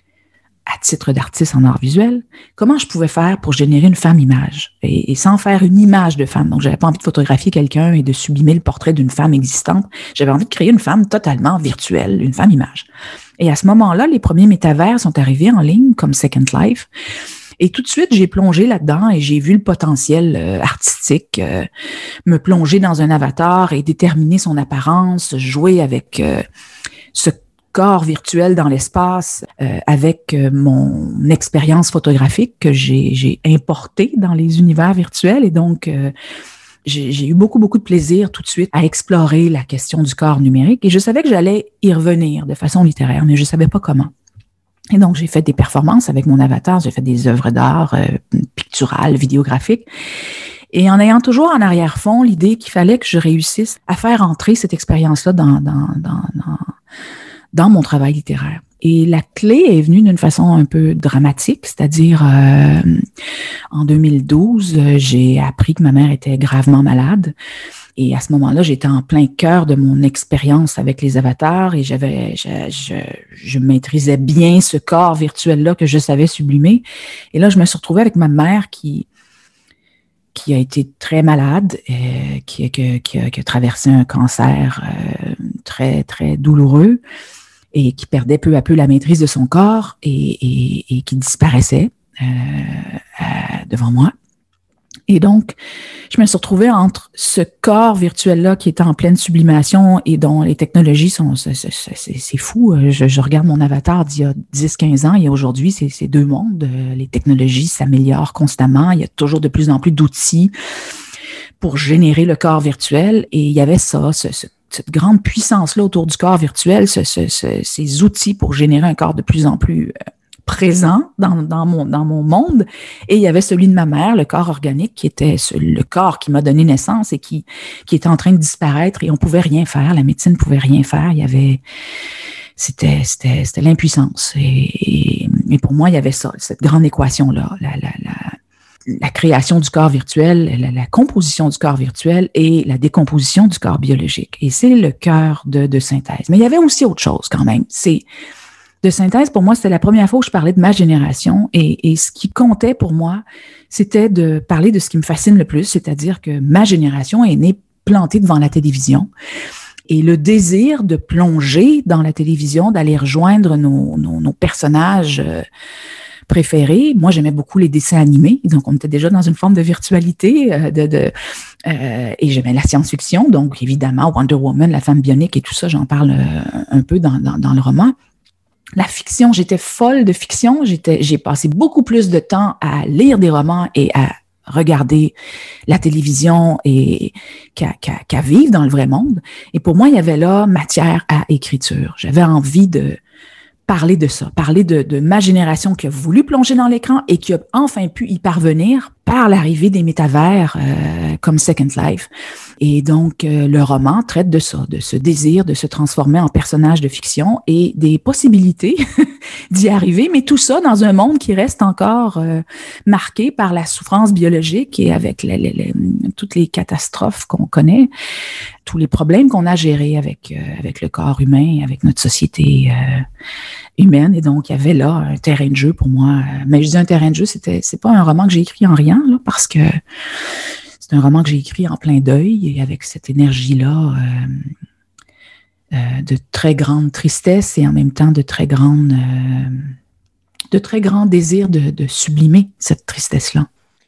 F: à titre d'artiste en art visuel, comment je pouvais faire pour générer une femme image et, et sans faire une image de femme. Donc, j'avais pas envie de photographier quelqu'un et de sublimer le portrait d'une femme existante. J'avais envie de créer une femme totalement virtuelle, une femme image. Et à ce moment-là, les premiers métavers sont arrivés en ligne, comme Second Life. Et tout de suite, j'ai plongé là-dedans et j'ai vu le potentiel euh, artistique, euh, me plonger dans un avatar et déterminer son apparence, jouer avec euh, ce corps virtuel dans l'espace, euh, avec euh, mon expérience photographique que j'ai, j'ai importée dans les univers virtuels. Et donc, euh, J'ai, j'ai eu beaucoup, beaucoup de plaisir tout de suite à explorer la question du corps numérique et je savais que j'allais y revenir de façon littéraire, mais je savais pas comment. Et donc, j'ai fait des performances avec mon avatar, j'ai fait des œuvres d'art euh, picturales, vidéographiques. Et en ayant toujours en arrière-fond l'idée qu'il fallait que je réussisse à faire entrer cette expérience-là dans, dans, dans, dans, dans mon travail littéraire. Et la clé est venue d'une façon un peu dramatique, c'est-à-dire euh, en deux mille douze, j'ai appris que ma mère était gravement malade. Et à ce moment-là, j'étais en plein cœur de mon expérience avec les avatars et j'avais, je, je, je maîtrisais bien ce corps virtuel-là que je savais sublimer. Et là, je me suis retrouvée avec ma mère qui qui a été très malade, euh, qui, qui, qui, a, qui a traversé un cancer euh, très, très douloureux et qui perdait peu à peu la maîtrise de son corps et, et, et qui disparaissait euh, euh, devant moi. Et donc, je me suis retrouvée entre ce corps virtuel-là qui est en pleine sublimation et dont les technologies sont... C'est, c'est, c'est, c'est fou. Je, je regarde mon avatar d'il y a dix quinze ans et aujourd'hui, c'est, c'est deux mondes. Les technologies s'améliorent constamment. Il y a toujours de plus en plus d'outils pour générer le corps virtuel. Et il y avait ça, ce, ce cette grande puissance-là autour du corps virtuel, ce, ce, ce, ces outils pour générer un corps de plus en plus euh, présent dans, dans, mon, dans mon monde. Et il y avait celui de ma mère, le corps organique, qui était ce, le corps qui m'a donné naissance et qui, qui était en train de disparaître et on pouvait rien faire. La médecine ne pouvait rien faire. Il y avait... C'était, c'était, c'était l'impuissance. Et, et, et pour moi, il y avait ça, cette grande équation-là, la, la, la, la création du corps virtuel, la, la composition du corps virtuel et la décomposition du corps biologique. Et c'est le cœur de, de synthèse. Mais il y avait aussi autre chose quand même. C'est, de synthèse, pour moi, c'était la première fois où je parlais de ma génération. Et, et ce qui comptait pour moi, c'était de parler de ce qui me fascine le plus, c'est-à-dire que ma génération est née plantée devant la télévision. Et le désir de plonger dans la télévision, d'aller rejoindre nos, nos, nos personnages euh, préférés. Moi, j'aimais beaucoup les dessins animés, donc on était déjà dans une forme de virtualité. Euh, de, de, euh, et j'aimais la science-fiction, donc évidemment Wonder Woman, la femme bionique et tout ça, j'en parle euh, un peu dans, dans, dans le roman. La fiction, j'étais folle de fiction. J'étais, j'ai passé beaucoup plus de temps à lire des romans et à regarder la télévision et qu'à, qu'à, qu'à vivre dans le vrai monde. Et pour moi, il y avait là matière à écriture. J'avais envie de parler de ça, parler de, de ma génération qui a voulu plonger dans l'écran et qui a enfin pu y parvenir par l'arrivée des métavers euh, comme Second Life. Et donc, euh, le roman traite de ça, de ce désir de se transformer en personnage de fiction et des possibilités d'y arriver, mais tout ça dans un monde qui reste encore euh, marqué par la souffrance biologique et avec les, les, les, toutes les catastrophes qu'on connaît, tous les problèmes qu'on a gérés avec, euh, avec le corps humain, avec notre société euh, humaine. Et donc, il y avait là un terrain de jeu pour moi. Mais je dis un terrain de jeu, c'était, c'est pas un roman que j'ai écrit en rien, là, parce que c'est un roman que j'ai écrit en plein deuil et avec cette énergie-là euh, euh, de très grande tristesse et en même temps de très grande, euh, de très grand désir de, de sublimer cette tristesse-là.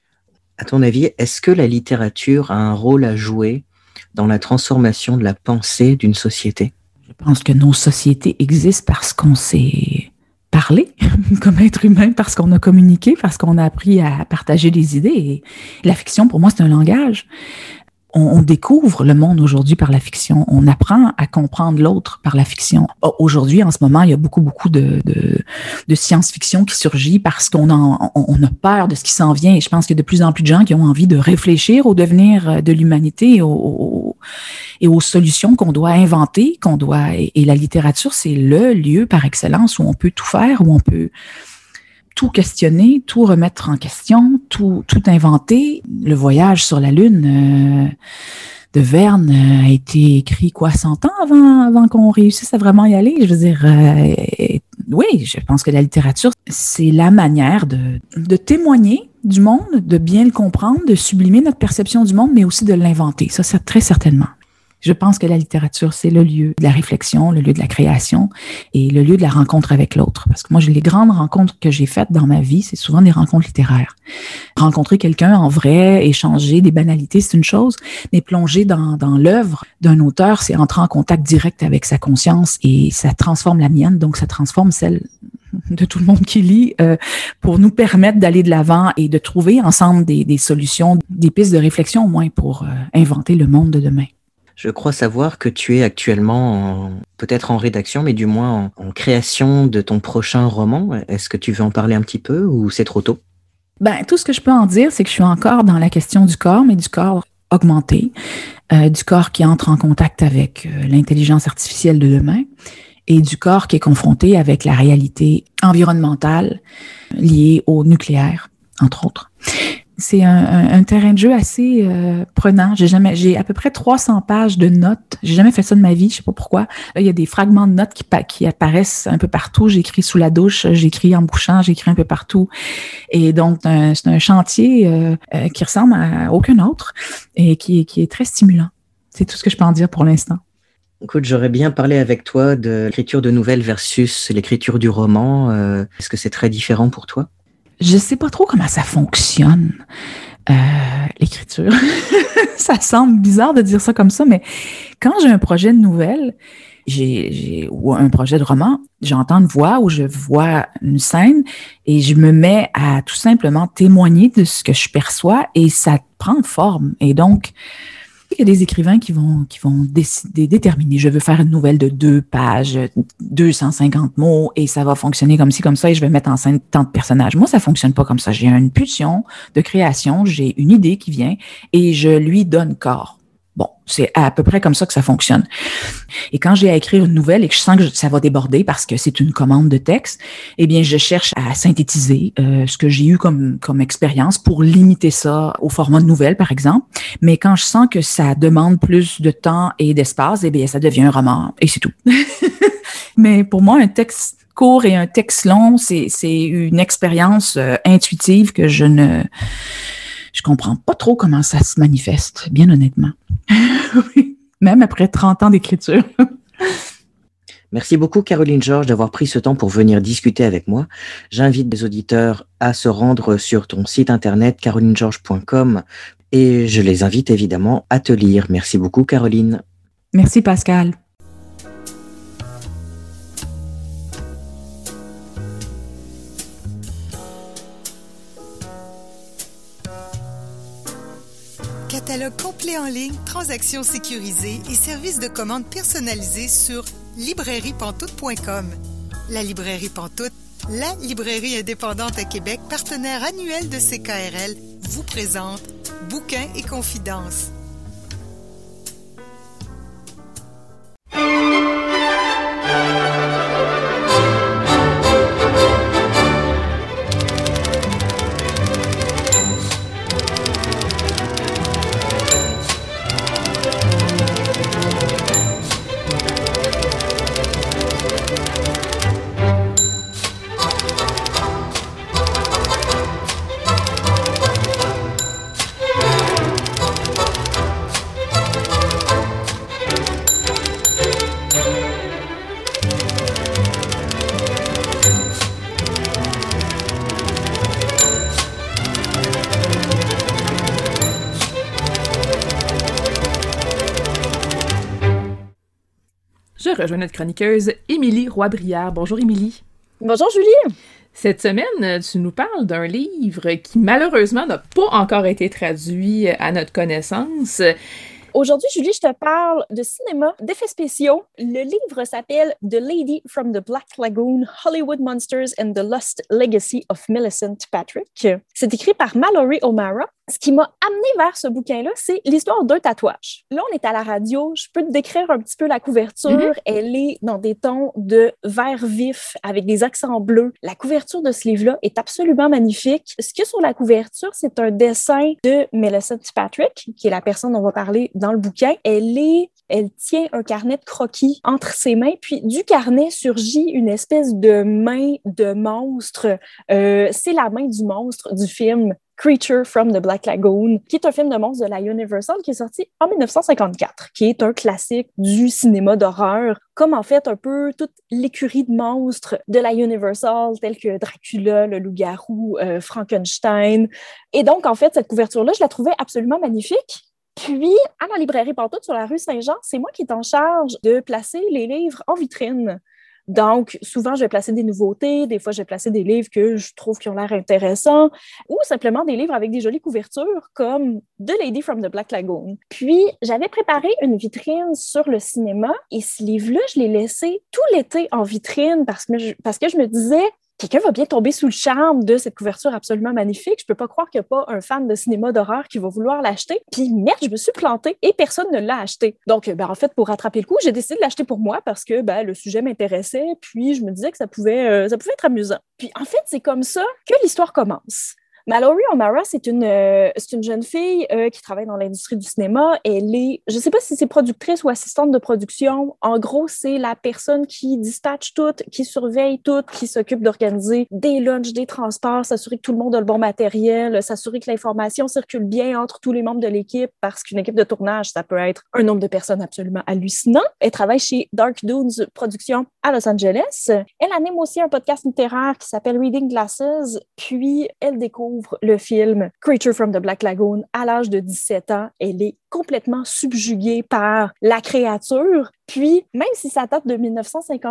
E: À ton avis, est-ce que la littérature a un rôle à jouer dans la transformation de la pensée d'une société?
F: Je pense que nos sociétés existent parce qu'on s'est parlé comme être humain, parce qu'on a communiqué, parce qu'on a appris à partager des idées. Et la fiction, pour moi, c'est un langage. On, on découvre le monde aujourd'hui par la fiction. On apprend à comprendre l'autre par la fiction. Aujourd'hui, en ce moment, il y a beaucoup, beaucoup de, de, de science-fiction qui surgit parce qu'on en, on, on a peur de ce qui s'en vient. Et je pense qu'il y a de plus en plus de gens qui ont envie de réfléchir au devenir de l'humanité et aux, aux, et aux solutions qu'on doit inventer, qu'on doit. Et, et la littérature, c'est le lieu par excellence où on peut tout faire, où on peut tout questionner, tout remettre en question, tout, tout inventer. Le voyage sur la Lune euh, de Verne euh, a été écrit, quoi, cent ans avant, avant qu'on réussisse à vraiment y aller? Je veux dire, euh, et, oui, je pense que la littérature, c'est la manière de, de témoigner du monde, de bien le comprendre, de sublimer notre perception du monde, mais aussi de l'inventer. Ça, c'est très certainement. Je pense que la littérature, c'est le lieu de la réflexion, le lieu de la création et le lieu de la rencontre avec l'autre. Parce que moi, les grandes rencontres que j'ai faites dans ma vie, c'est souvent des rencontres littéraires. Rencontrer quelqu'un en vrai, échanger des banalités, c'est une chose, mais plonger dans, dans l'œuvre d'un auteur, c'est entrer en contact direct avec sa conscience et ça transforme la mienne, donc ça transforme celle de tout le monde qui lit euh, pour nous permettre d'aller de l'avant et de trouver ensemble des, des solutions, des pistes de réflexion au moins pour euh, inventer le monde de demain.
E: Je crois savoir que tu es actuellement, en, peut-être en rédaction, mais du moins en, en création de ton prochain roman. Est-ce que tu veux en parler un petit peu ou c'est trop tôt?
F: Ben, tout ce que je peux en dire, c'est que je suis encore dans la question du corps, mais du corps augmenté, euh, du corps qui entre en contact avec euh, l'intelligence artificielle de demain et du corps qui est confronté avec la réalité environnementale liée au nucléaire, entre autres. C'est un, un, un terrain de jeu assez euh, prenant. J'ai jamais, j'ai à peu près trois cents pages de notes. J'ai jamais fait ça de ma vie, je sais pas pourquoi. Là, il y a des fragments de notes qui, qui apparaissent un peu partout. J'écris sous la douche, j'écris en bouchant, j'écris un peu partout. Et donc, un, c'est un chantier euh, euh, qui ressemble à aucun autre et qui, qui est très stimulant. C'est tout ce que je peux en dire pour l'instant.
E: Écoute, j'aurais bien parlé avec toi de l'écriture de nouvelles versus l'écriture du roman. Euh, est-ce que c'est très différent pour toi?
F: Je sais pas trop comment ça fonctionne, euh, l'écriture. Ça semble bizarre de dire ça comme ça, mais quand j'ai un projet de nouvelle, j'ai, j'ai, ou un projet de roman, j'entends une voix ou je vois une scène et je me mets à tout simplement témoigner de ce que je perçois et ça prend forme. Et donc, qu'il y a des écrivains qui vont, qui vont décider, déterminer, je veux faire une nouvelle de deux pages, deux cent cinquante mots, et ça va fonctionner comme ci, comme ça, et je vais mettre en scène tant de personnages. Moi, ça fonctionne pas comme ça. J'ai une pulsion de création, j'ai une idée qui vient, et je lui donne corps. Bon, c'est à peu près comme ça que ça fonctionne. Et quand j'ai à écrire une nouvelle et que je sens que ça va déborder parce que c'est une commande de texte, eh bien, je cherche à synthétiser euh, ce que j'ai eu comme, comme expérience pour limiter ça au format de nouvelle, par exemple. Mais quand je sens que ça demande plus de temps et d'espace, eh bien, ça devient un roman et c'est tout. Mais pour moi, un texte court et un texte long, c'est, c'est une expérience euh, intuitive que je ne... Je comprends pas trop comment ça se manifeste, bien honnêtement. Même après trente ans d'écriture.
E: Merci beaucoup, Caroline Georges, d'avoir pris ce temps pour venir discuter avec moi. J'invite les auditeurs à se rendre sur ton site internet caroline georges point com et je les invite évidemment à te lire. Merci beaucoup, Caroline.
F: Merci, Pascal.
A: Catalogue complet en ligne, transactions sécurisées et services de commande personnalisés sur librairie pantoute point com. La Librairie Pantoute, la librairie indépendante à Québec, partenaire annuel de C K R L, vous présente Bouquins et confidences.
B: Je rejoins notre chroniqueuse Émilie Roy-Brière. Bonjour Émilie.
G: Bonjour Julie.
B: Cette semaine, tu nous parles d'un livre qui malheureusement n'a pas encore été traduit à notre connaissance.
G: Aujourd'hui, Julie, je te parle de cinéma, d'effets spéciaux. Le livre s'appelle The Lady from the Black Lagoon, Hollywood Monsters and the Lost Legacy of Millicent Patrick. C'est écrit par Mallory O'Mara. Ce qui m'a amené vers ce bouquin-là, c'est l'histoire d'un tatouage. Là, on est à la radio. Je peux te décrire un petit peu la couverture. Mm-hmm. Elle est dans des tons de vert vif avec des accents bleus. La couverture de ce livre-là est absolument magnifique. Ce qu'il y a sur la couverture, c'est un dessin de Millicent Patrick, qui est la personne dont on va parler dans le bouquin. Elle est... Elle tient un carnet de croquis entre ses mains, puis du carnet surgit une espèce de main de monstre. Euh, c'est la main du monstre du film Creature from the Black Lagoon, qui est un film de monstre de la Universal qui est sorti en dix-neuf cent cinquante-quatre, qui est un classique du cinéma d'horreur, comme en fait un peu toute l'écurie de monstres de la Universal, tels que Dracula, le loup-garou, euh, Frankenstein. Et donc, en fait, cette couverture-là, je la trouvais absolument magnifique. Puis, à la librairie Pantoute sur la rue Saint-Jean, c'est moi qui est en charge de placer les livres en vitrine. Donc, souvent, je vais placer des nouveautés, des fois, je vais placer des livres que je trouve qui ont l'air intéressants, ou simplement des livres avec des jolies couvertures, comme The Lady from the Black Lagoon. Puis, j'avais préparé une vitrine sur le cinéma, et ce livre-là, je l'ai laissé tout l'été en vitrine parce que je, parce que je me disais... Quelqu'un va bien tomber sous le charme de cette couverture absolument magnifique. Je peux pas croire qu'il n'y a pas un fan de cinéma d'horreur qui va vouloir l'acheter. Puis merde, je me suis plantée et personne ne l'a acheté. Donc, ben, en fait, pour rattraper le coup, j'ai décidé de l'acheter pour moi parce que ben, le sujet m'intéressait. Puis je me disais que ça pouvait, euh, ça pouvait être amusant. Puis en fait, c'est comme ça que l'histoire commence. Mallory O'Mara, c'est une, euh, c'est une jeune fille euh, qui travaille dans l'industrie du cinéma. Elle est, je ne sais pas si c'est productrice ou assistante de production. En gros, c'est la personne qui dispatche tout, qui surveille tout, qui s'occupe d'organiser des lunchs, des transports, s'assurer que tout le monde a le bon matériel, s'assurer que l'information circule bien entre tous les membres de l'équipe, parce qu'une équipe de tournage, ça peut être un nombre de personnes absolument hallucinant. Elle travaille chez Dark Dunes Productions à Los Angeles. Elle anime aussi un podcast littéraire qui s'appelle Reading Glasses, puis elle découvre le film Creature from the Black Lagoon à l'âge de dix-sept ans. Elle est complètement subjuguée par la créature. Puis, même si ça date de dix-neuf cent cinquante-quatre,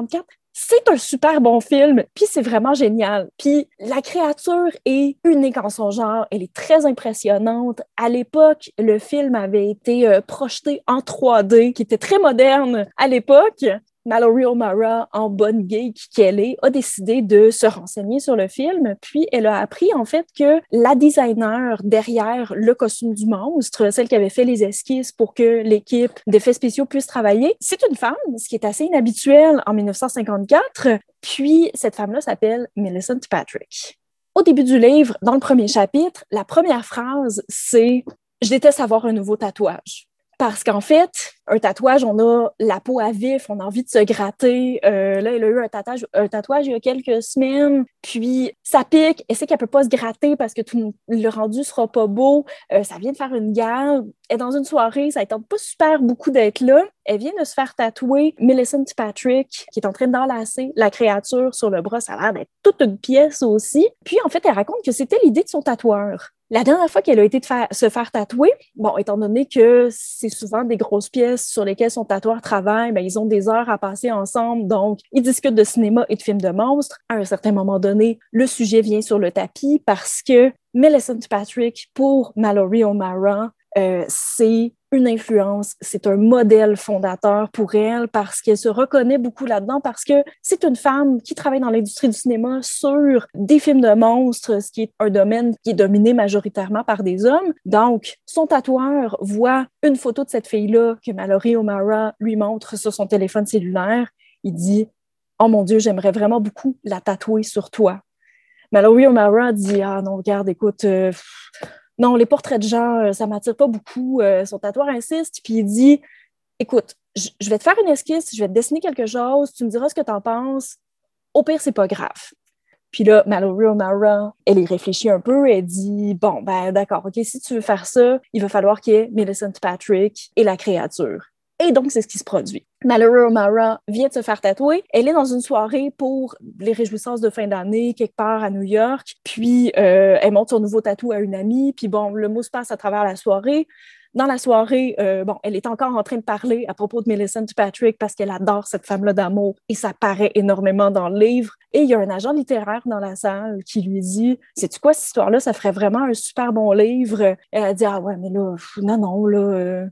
G: c'est un super bon film, puis c'est vraiment génial. Puis la créature est unique en son genre, elle est très impressionnante. À l'époque, le film avait été euh, projeté en trois D, qui était très moderne à l'époque. Mallory O'Mara, en bonne geek qu'elle est, a décidé de se renseigner sur le film, puis elle a appris en fait que la designer derrière le costume du monstre, celle qui avait fait les esquisses pour que l'équipe d'effets spéciaux puisse travailler, c'est une femme, ce qui est assez inhabituel en dix-neuf cent cinquante-quatre, puis cette femme-là s'appelle Millicent Patrick. Au début du livre, dans le premier chapitre, la première phrase, c'est « Je déteste avoir un nouveau tatouage ». Parce qu'en fait, un tatouage, on a la peau à vif, on a envie de se gratter. Euh, là, elle a eu un tatouage, un tatouage il y a quelques semaines, puis ça pique. Elle sait qu'elle ne peut pas se gratter parce que tout le rendu ne sera pas beau. Euh, ça vient de faire une gale. Elle est dans une soirée, ça ne tente pas super beaucoup d'être là. Elle vient de se faire tatouer Millicent Patrick, qui est en train d'enlacer la créature sur le bras. Ça a l'air d'être toute une pièce aussi. Puis, en fait, elle raconte que c'était l'idée de son tatoueur. La dernière fois qu'elle a été de faire, se faire tatouer, bon, étant donné que c'est souvent des grosses pièces sur lesquelles son tatoueur travaille, bien, ils ont des heures à passer ensemble, donc ils discutent de cinéma et de films de monstres. À un certain moment donné, le sujet vient sur le tapis parce que Millicent Patrick, pour Mallory O'Mara, euh, c'est une influence, c'est un modèle fondateur pour elle parce qu'elle se reconnaît beaucoup là-dedans, parce que c'est une femme qui travaille dans l'industrie du cinéma sur des films de monstres, ce qui est un domaine qui est dominé majoritairement par des hommes. Donc, son tatoueur voit une photo de cette fille-là que Mallory O'Mara lui montre sur son téléphone cellulaire. Il dit « Oh mon Dieu, j'aimerais vraiment beaucoup la tatouer sur toi. » Mallory O'Mara dit « Ah non, regarde, écoute... Euh, non, les portraits de gens, ça ne m'attire pas beaucoup. Euh, son tatoueur insiste, puis il dit « Écoute, je, je vais te faire une esquisse, je vais te dessiner quelque chose, tu me diras ce que tu en penses. Au pire, c'est pas grave. » Puis là, Mallory O'Mara, elle y réfléchit un peu, elle dit « Bon, ben d'accord, OK, si tu veux faire ça, il va falloir qu'il y ait Millicent Patrick et la créature. » Et donc, c'est ce qui se produit. Mallory O'Mara vient de se faire tatouer. Elle est dans une soirée pour les réjouissances de fin d'année, quelque part à New York. Puis, euh, elle montre son nouveau tatou à une amie. Puis bon, le mot se passe à travers la soirée. Dans la soirée, euh, bon, elle est encore en train de parler à propos de Millicent Patrick parce qu'elle adore cette femme-là d'amour et ça paraît énormément dans le livre. Et il y a un agent littéraire dans la salle qui lui dit « Sais-tu quoi, cette histoire-là, ça ferait vraiment un super bon livre. » Elle a dit « Ah ouais, mais là, non, non, là... Euh,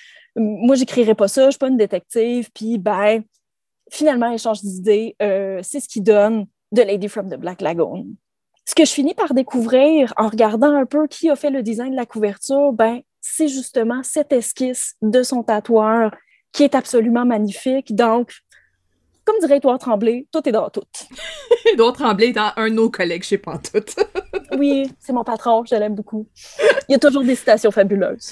G: moi, j'écrirais pas ça, je suis pas une détective. » Puis, ben, finalement, elle change d'idée. Euh, c'est ce qui donne The Lady from the Black Lagoon. Ce que je finis par découvrir en regardant un peu qui a fait le design de la couverture, ben, c'est justement cette esquisse de son tatoueur qui est absolument magnifique. Donc, comme dirait Édouard Tremblay, tout est dans tout.
B: Édouard Tremblay est un de nos collègues chez Pantoute.
G: Oui, c'est mon patron, je l'aime beaucoup. Il y a toujours des citations fabuleuses.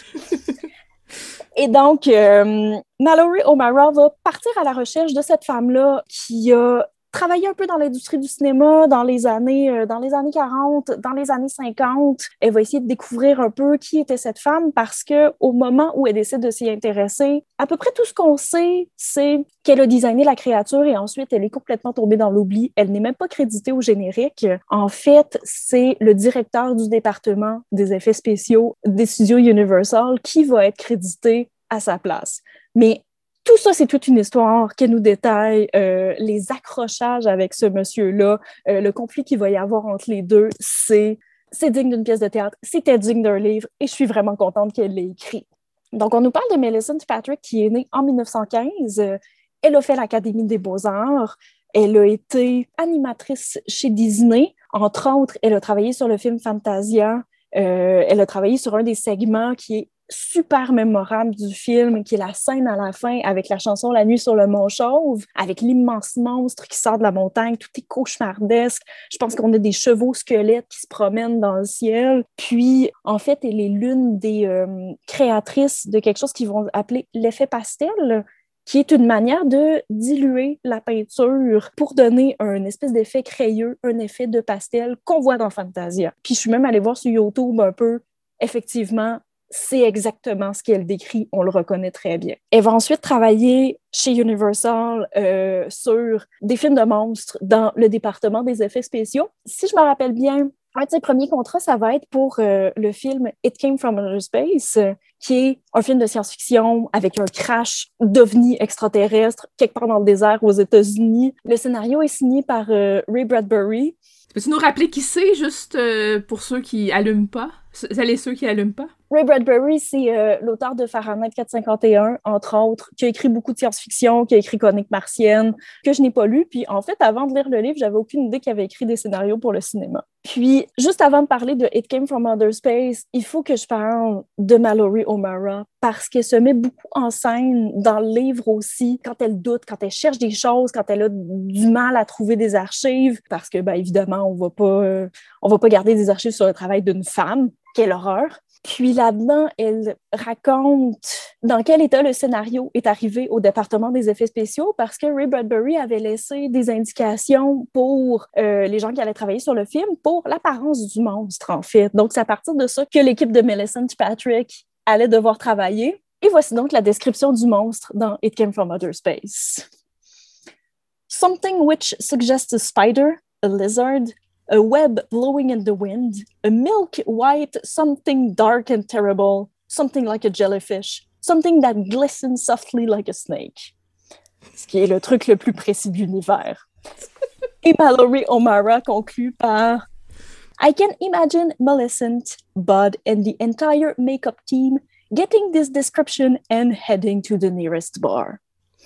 G: Et donc, euh, Mallory O'Mara va partir à la recherche de cette femme-là qui a travaillé un peu dans l'industrie du cinéma dans les années, euh, dans les années quarante, dans les années cinquante. Elle va essayer de découvrir un peu qui était cette femme parce qu'au moment où elle décide de s'y intéresser, à peu près tout ce qu'on sait, c'est qu'elle a designé la créature et ensuite elle est complètement tombée dans l'oubli. Elle n'est même pas créditée au générique. En fait, c'est le directeur du département des effets spéciaux des studios Universal qui va être crédité à sa place. Mais tout ça, c'est toute une histoire qui nous détaille euh, les accrochages avec ce monsieur-là, euh, le conflit qu'il va y avoir entre les deux, c'est, c'est digne d'une pièce de théâtre, c'était digne d'un livre et je suis vraiment contente qu'elle l'ait écrit. Donc, on nous parle de Millicent Patrick qui est née en dix-neuf cent quinze. Euh, elle a fait l'Académie des beaux-arts. Elle a été animatrice chez Disney. Entre autres, elle a travaillé sur le film Fantasia. Euh, elle a travaillé sur un des segments qui est super mémorable du film, qui est la scène à la fin avec la chanson « La nuit sur le mont Chauve », avec l'immense monstre qui sort de la montagne, tout est cauchemardesque. Je pense qu'on a des chevaux squelettes qui se promènent dans le ciel. Puis, en fait, elle est l'une des euh, créatrices de quelque chose qu'ils vont appeler l'effet pastel, qui est une manière de diluer la peinture pour donner un espèce d'effet crayeux, un effet de pastel qu'on voit dans Fantasia. Puis, je suis même allée voir sur YouTube un peu, effectivement, c'est exactement ce qu'elle décrit, on le reconnaît très bien. Elle va ensuite travailler chez Universal euh, sur des films de monstres dans le département des effets spéciaux. Si je me rappelle bien, un de ses premiers contrats, ça va être pour euh, le film It Came from Outer Space, euh, qui est un film de science-fiction avec un crash d'ovni extraterrestre quelque part dans le désert aux États-Unis. Le scénario est signé par euh, Ray Bradbury.
B: Peux-tu nous rappeler qui c'est, juste euh, pour ceux qui allument pas? Celles et ceux qui allument pas?
G: Ray Bradbury, c'est euh, l'auteur de Fahrenheit quatre cent cinquante et un, entre autres, qui a écrit beaucoup de science-fiction, qui a écrit Chronique martienne, que je n'ai pas lu. Puis, en fait, avant de lire le livre, j'avais aucune idée qu'il avait écrit des scénarios pour le cinéma. Puis, juste avant de parler de It Came from Outer Space, il faut que je parle de Mallory O'Mara parce qu'elle se met beaucoup en scène dans le livre aussi, quand elle doute, quand elle cherche des choses, quand elle a du mal à trouver des archives, parce que, bien évidemment, on va pas, euh, on va pas garder des archives sur le travail d'une femme. Quelle horreur! Puis là-dedans, elle raconte dans quel état le scénario est arrivé au département des effets spéciaux parce que Ray Bradbury avait laissé des indications pour euh, les gens qui allaient travailler sur le film pour l'apparence du monstre, en fait. Donc, c'est à partir de ça que l'équipe de Millicent Patrick allait devoir travailler. Et voici donc la description du monstre dans It Came from Outer Space. Something which suggests a spider, a lizard, a web blowing in the wind, a milk white something dark and terrible, something like a jellyfish, something that glistens softly like a snake. Ce qui est le truc le plus précis de l'univers. Et Mallory O'Mara conclut par I can imagine Millicent, Bud, and the entire makeup team getting this description and heading to the nearest bar.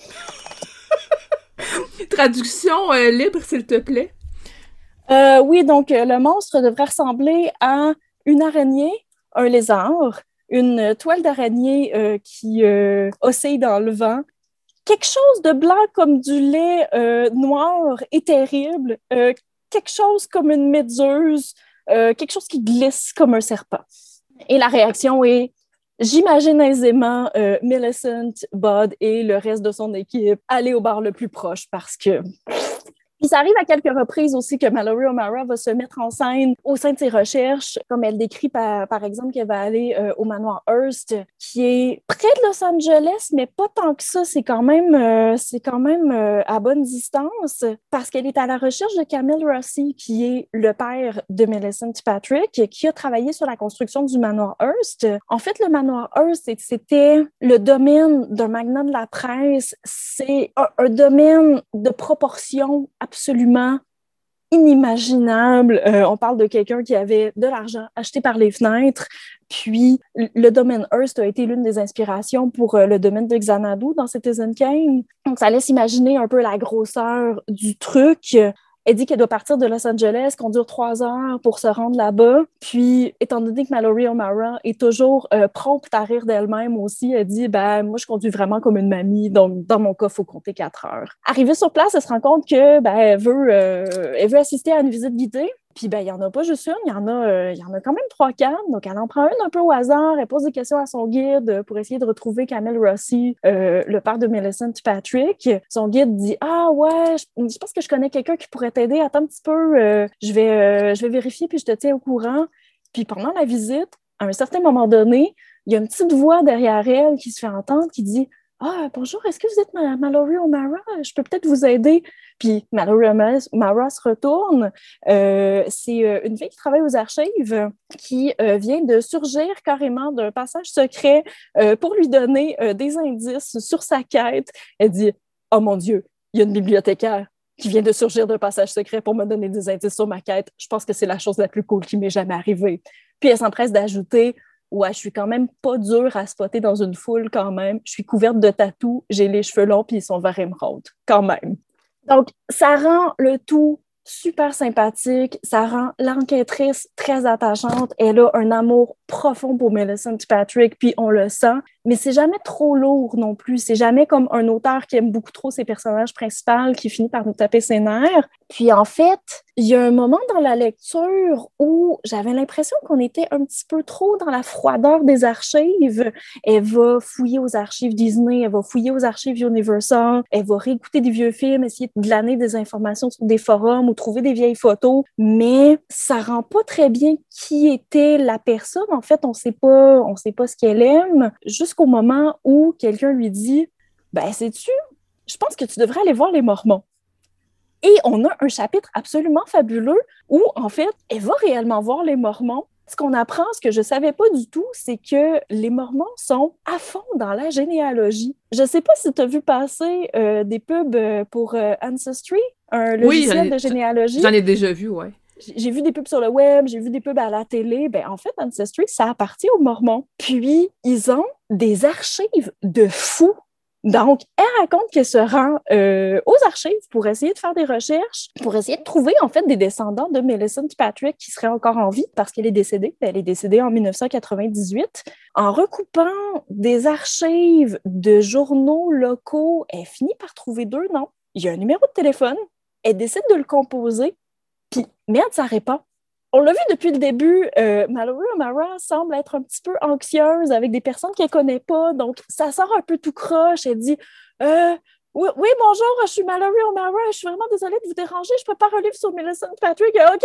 B: Traduction euh, libre, s'il te plaît.
G: Euh, oui, donc euh, le monstre devrait ressembler à une araignée, un lézard, une toile d'araignée euh, qui euh, oscille dans le vent, quelque chose de blanc comme du lait euh, noir et terrible, euh, quelque chose comme une méduse, euh, quelque chose qui glisse comme un serpent. Et la réaction est, j'imagine aisément euh, Millicent, Bud et le reste de son équipe aller au bar le plus proche parce que... Puis ça arrive à quelques reprises aussi que Mallory O'Mara va se mettre en scène au sein de ses recherches, comme elle décrit par, par exemple qu'elle va aller euh, au manoir Hearst, qui est près de Los Angeles, mais pas tant que ça. C'est quand même, euh, c'est quand même euh, à bonne distance parce qu'elle est à la recherche de Camille Rossi, qui est le père de Millicent Patrick, qui a travaillé sur la construction du manoir Hearst. En fait, le manoir Hearst, c'était le domaine d'un magnat de la presse. C'est un, un domaine de proportion absolument inimaginable. Euh, on parle de quelqu'un qui avait de l'argent acheté par les fenêtres. Puis, le domaine Hearst a été l'une des inspirations pour euh, le domaine de Xanadu dans Citizen Kane. Donc, ça laisse imaginer un peu la grosseur du truc. Elle dit qu'elle doit partir de Los Angeles, conduire trois heures pour se rendre là-bas. Puis, étant donné que Mallory O'Mara est toujours euh, prompte à rire d'elle-même aussi, elle dit ben, « Moi, je conduis vraiment comme une mamie, donc dans mon cas, il faut compter quatre heures. » Arrivée sur place, elle se rend compte que ben, elle, veut, euh, elle veut assister à une visite guidée. Puis, ben, il n'y en a pas juste une, il y en a, euh, il y en a quand même trois, quatre. Donc, elle en prend une un peu au hasard. Elle pose des questions à son guide pour essayer de retrouver Camille Rossi, euh, le père de Millicent Patrick. Son guide dit « Ah ouais, je, je pense que je connais quelqu'un qui pourrait t'aider. Attends un petit peu, euh, je, vais, euh, je vais vérifier puis je te tiens au courant. » Puis, pendant la visite, à un certain moment donné, il y a une petite voix derrière elle qui se fait entendre qui dit « Ah, bonjour, est-ce que vous êtes ma- Mallory O'Mara? Je peux peut-être vous aider. » Puis Mallory O'Mara se retourne. Euh, c'est euh, une fille qui travaille aux archives qui euh, vient de surgir carrément d'un passage secret euh, pour lui donner euh, des indices sur sa quête. Elle dit « Oh mon Dieu, il y a une bibliothécaire qui vient de surgir d'un passage secret pour me donner des indices sur ma quête. Je pense que c'est la chose la plus cool qui m'est jamais arrivée. » Puis elle s'empresse d'ajouter ouais, je suis quand même pas dure à spotter dans une foule quand même. Je suis couverte de tatous, j'ai les cheveux longs puis ils sont verts émeraude quand même. Donc, ça rend le tout super sympathique, ça rend l'enquêtrice très attachante. Elle a un amour profond pour Millicent Patrick, puis on le sent, mais c'est jamais trop lourd non plus. C'est jamais comme un auteur qui aime beaucoup trop ses personnages principaux qui finit par nous taper ses nerfs. Puis en fait, il y a un moment dans la lecture où j'avais l'impression qu'on était un petit peu trop dans la froideur des archives. Elle va fouiller aux archives Disney, elle va fouiller aux archives Universal, elle va réécouter des vieux films, essayer de glaner des informations sur des forums ou trouver des vieilles photos, mais ça rend pas très bien qui était la personne. En fait, on sait pas, on sait pas ce qu'elle aime, jusqu'au moment où quelqu'un lui dit « Ben, sais-tu, je pense que tu devrais aller voir les Mormons. » Et on a un chapitre absolument fabuleux où, en fait, elle va réellement voir les Mormons Ce qu'on apprend, ce que je ne savais pas du tout, c'est que les Mormons sont à fond dans la généalogie. Je ne sais pas si tu as vu passer euh, des pubs pour euh, Ancestry, un logiciel
B: oui,
G: de généalogie.
B: J'en ai déjà vu, oui.
G: J'ai vu des pubs sur le web, j'ai vu des pubs à la télé. Ben, en fait, Ancestry, ça appartient aux Mormons. Puis, ils ont des archives de fous. Donc, elle raconte qu'elle se rend euh, aux archives pour essayer de faire des recherches, pour essayer de trouver, en fait, des descendants de Millicent Patrick qui seraient encore en vie parce qu'elle est décédée. Elle est décédée en dix-neuf cent quatre-vingt-dix-huit. En recoupant des archives de journaux locaux, elle finit par trouver deux noms. Il y a un numéro de téléphone. Elle décide de le composer. Puis, merde, ça répond. On l'a vu depuis le début, euh, Mallory O'Mara semble être un petit peu anxieuse avec des personnes qu'elle ne connaît pas, donc ça sort un peu tout croche. Elle dit euh, oui, oui, bonjour, je suis Mallory O'Mara, je suis vraiment désolée de vous déranger, je prépare un livre sur Millicent Patrick. OK,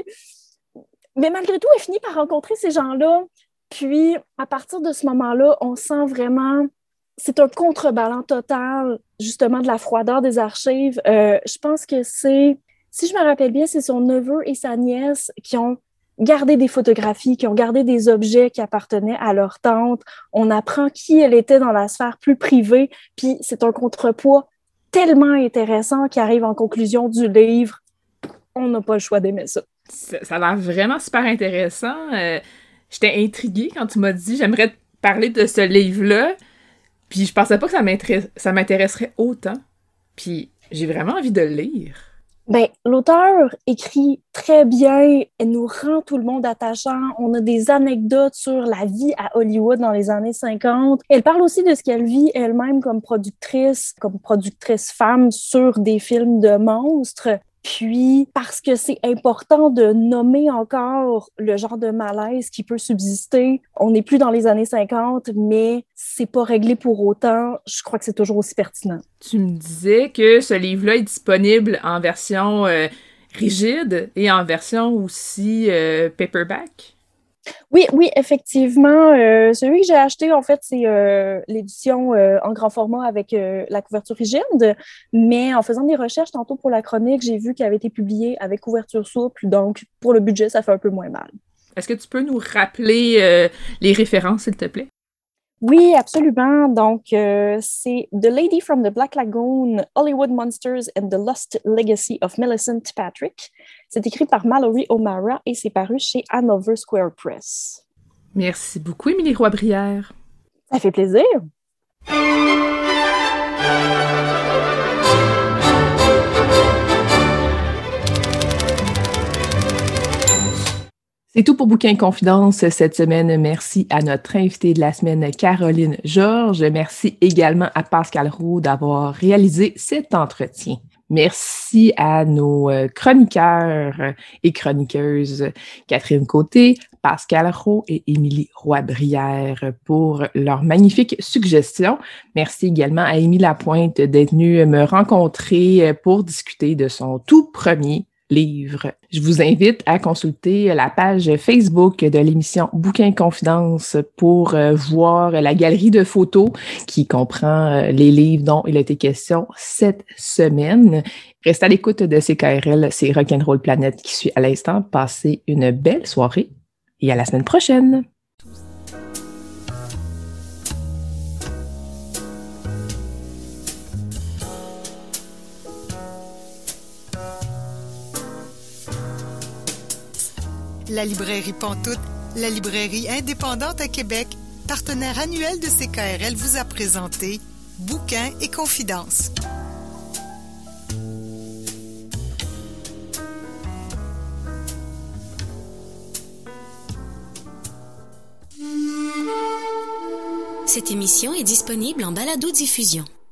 G: bye! Mais malgré tout, elle finit par rencontrer ces gens-là. Puis, à partir de ce moment-là, on sent vraiment... C'est un contrebalan total, justement, de la froideur des archives. Euh, je pense que c'est... Si je me rappelle bien, c'est son neveu et sa nièce qui ont gardé des photographies, qui ont gardé des objets qui appartenaient à leur tante. On apprend qui elle était dans la sphère plus privée, puis c'est un contrepoids tellement intéressant qui arrive en conclusion du livre. On n'a pas le choix d'aimer ça.
B: Ça, ça a l'air vraiment super intéressant. Euh, j'étais intriguée quand tu m'as dit « j'aimerais te parler de ce livre-là », puis je pensais pas que ça, m'intéresse, ça m'intéresserait autant. Puis j'ai vraiment envie de le lire.
G: Ben, l'auteur écrit très bien, elle nous rend tout le monde attachant. On a des anecdotes sur la vie à Hollywood dans les années cinquante. Elle parle aussi de ce qu'elle vit elle-même comme productrice, comme productrice femme sur des films de monstres. Puis, parce que c'est important de nommer encore le genre de malaise qui peut subsister. On n'est plus dans les années cinquante, mais c'est pas réglé pour autant. Je crois que c'est toujours aussi pertinent.
B: Tu me disais que ce livre-là est disponible en version euh, rigide et en version aussi euh, paperback?
G: Oui, oui, effectivement. Euh, celui que j'ai acheté, en fait, c'est euh, l'édition euh, en grand format avec euh, la couverture rigide. Mais en faisant des recherches tantôt pour la chronique, j'ai vu qu'elle avait été publiée avec couverture souple. Donc, pour le budget, ça fait un peu moins mal.
B: Est-ce que tu peux nous rappeler euh, les références, s'il te plaît?
G: Oui, absolument. Donc, euh, c'est The Lady from the Black Lagoon, Hollywood Monsters and the Lost Legacy of Millicent Patrick. C'est écrit par Mallory O'Mara et c'est paru chez Hanover Square Press.
B: Merci beaucoup, Émilie Roy-Brière.
G: Ça fait plaisir.
B: C'est tout pour Bouquin Confidence cette semaine. Merci à notre invitée de la semaine, Caroline Georges. Merci également à Pascal Roux d'avoir réalisé cet entretien. Merci à nos chroniqueurs et chroniqueuses, Catherine Côté, Pascal Roux et Émilie Roy-Brière pour leurs magnifiques suggestions. Merci également à Émilie Lapointe d'être venue me rencontrer pour discuter de son tout premier livre. Je vous invite à consulter la page Facebook de l'émission Bouquin Confidence pour euh, voir la galerie de photos qui comprend euh, les livres dont il a été question cette semaine. Restez à l'écoute de C K R L, c'est Rock'n'Roll Planète qui suit à l'instant. Passez une belle soirée et à la semaine prochaine!
A: La librairie Pantoute, la librairie indépendante à Québec, partenaire annuel de C K R L, vous a présenté Bouquins et Confidences.
H: Cette émission est disponible en balado-diffusion.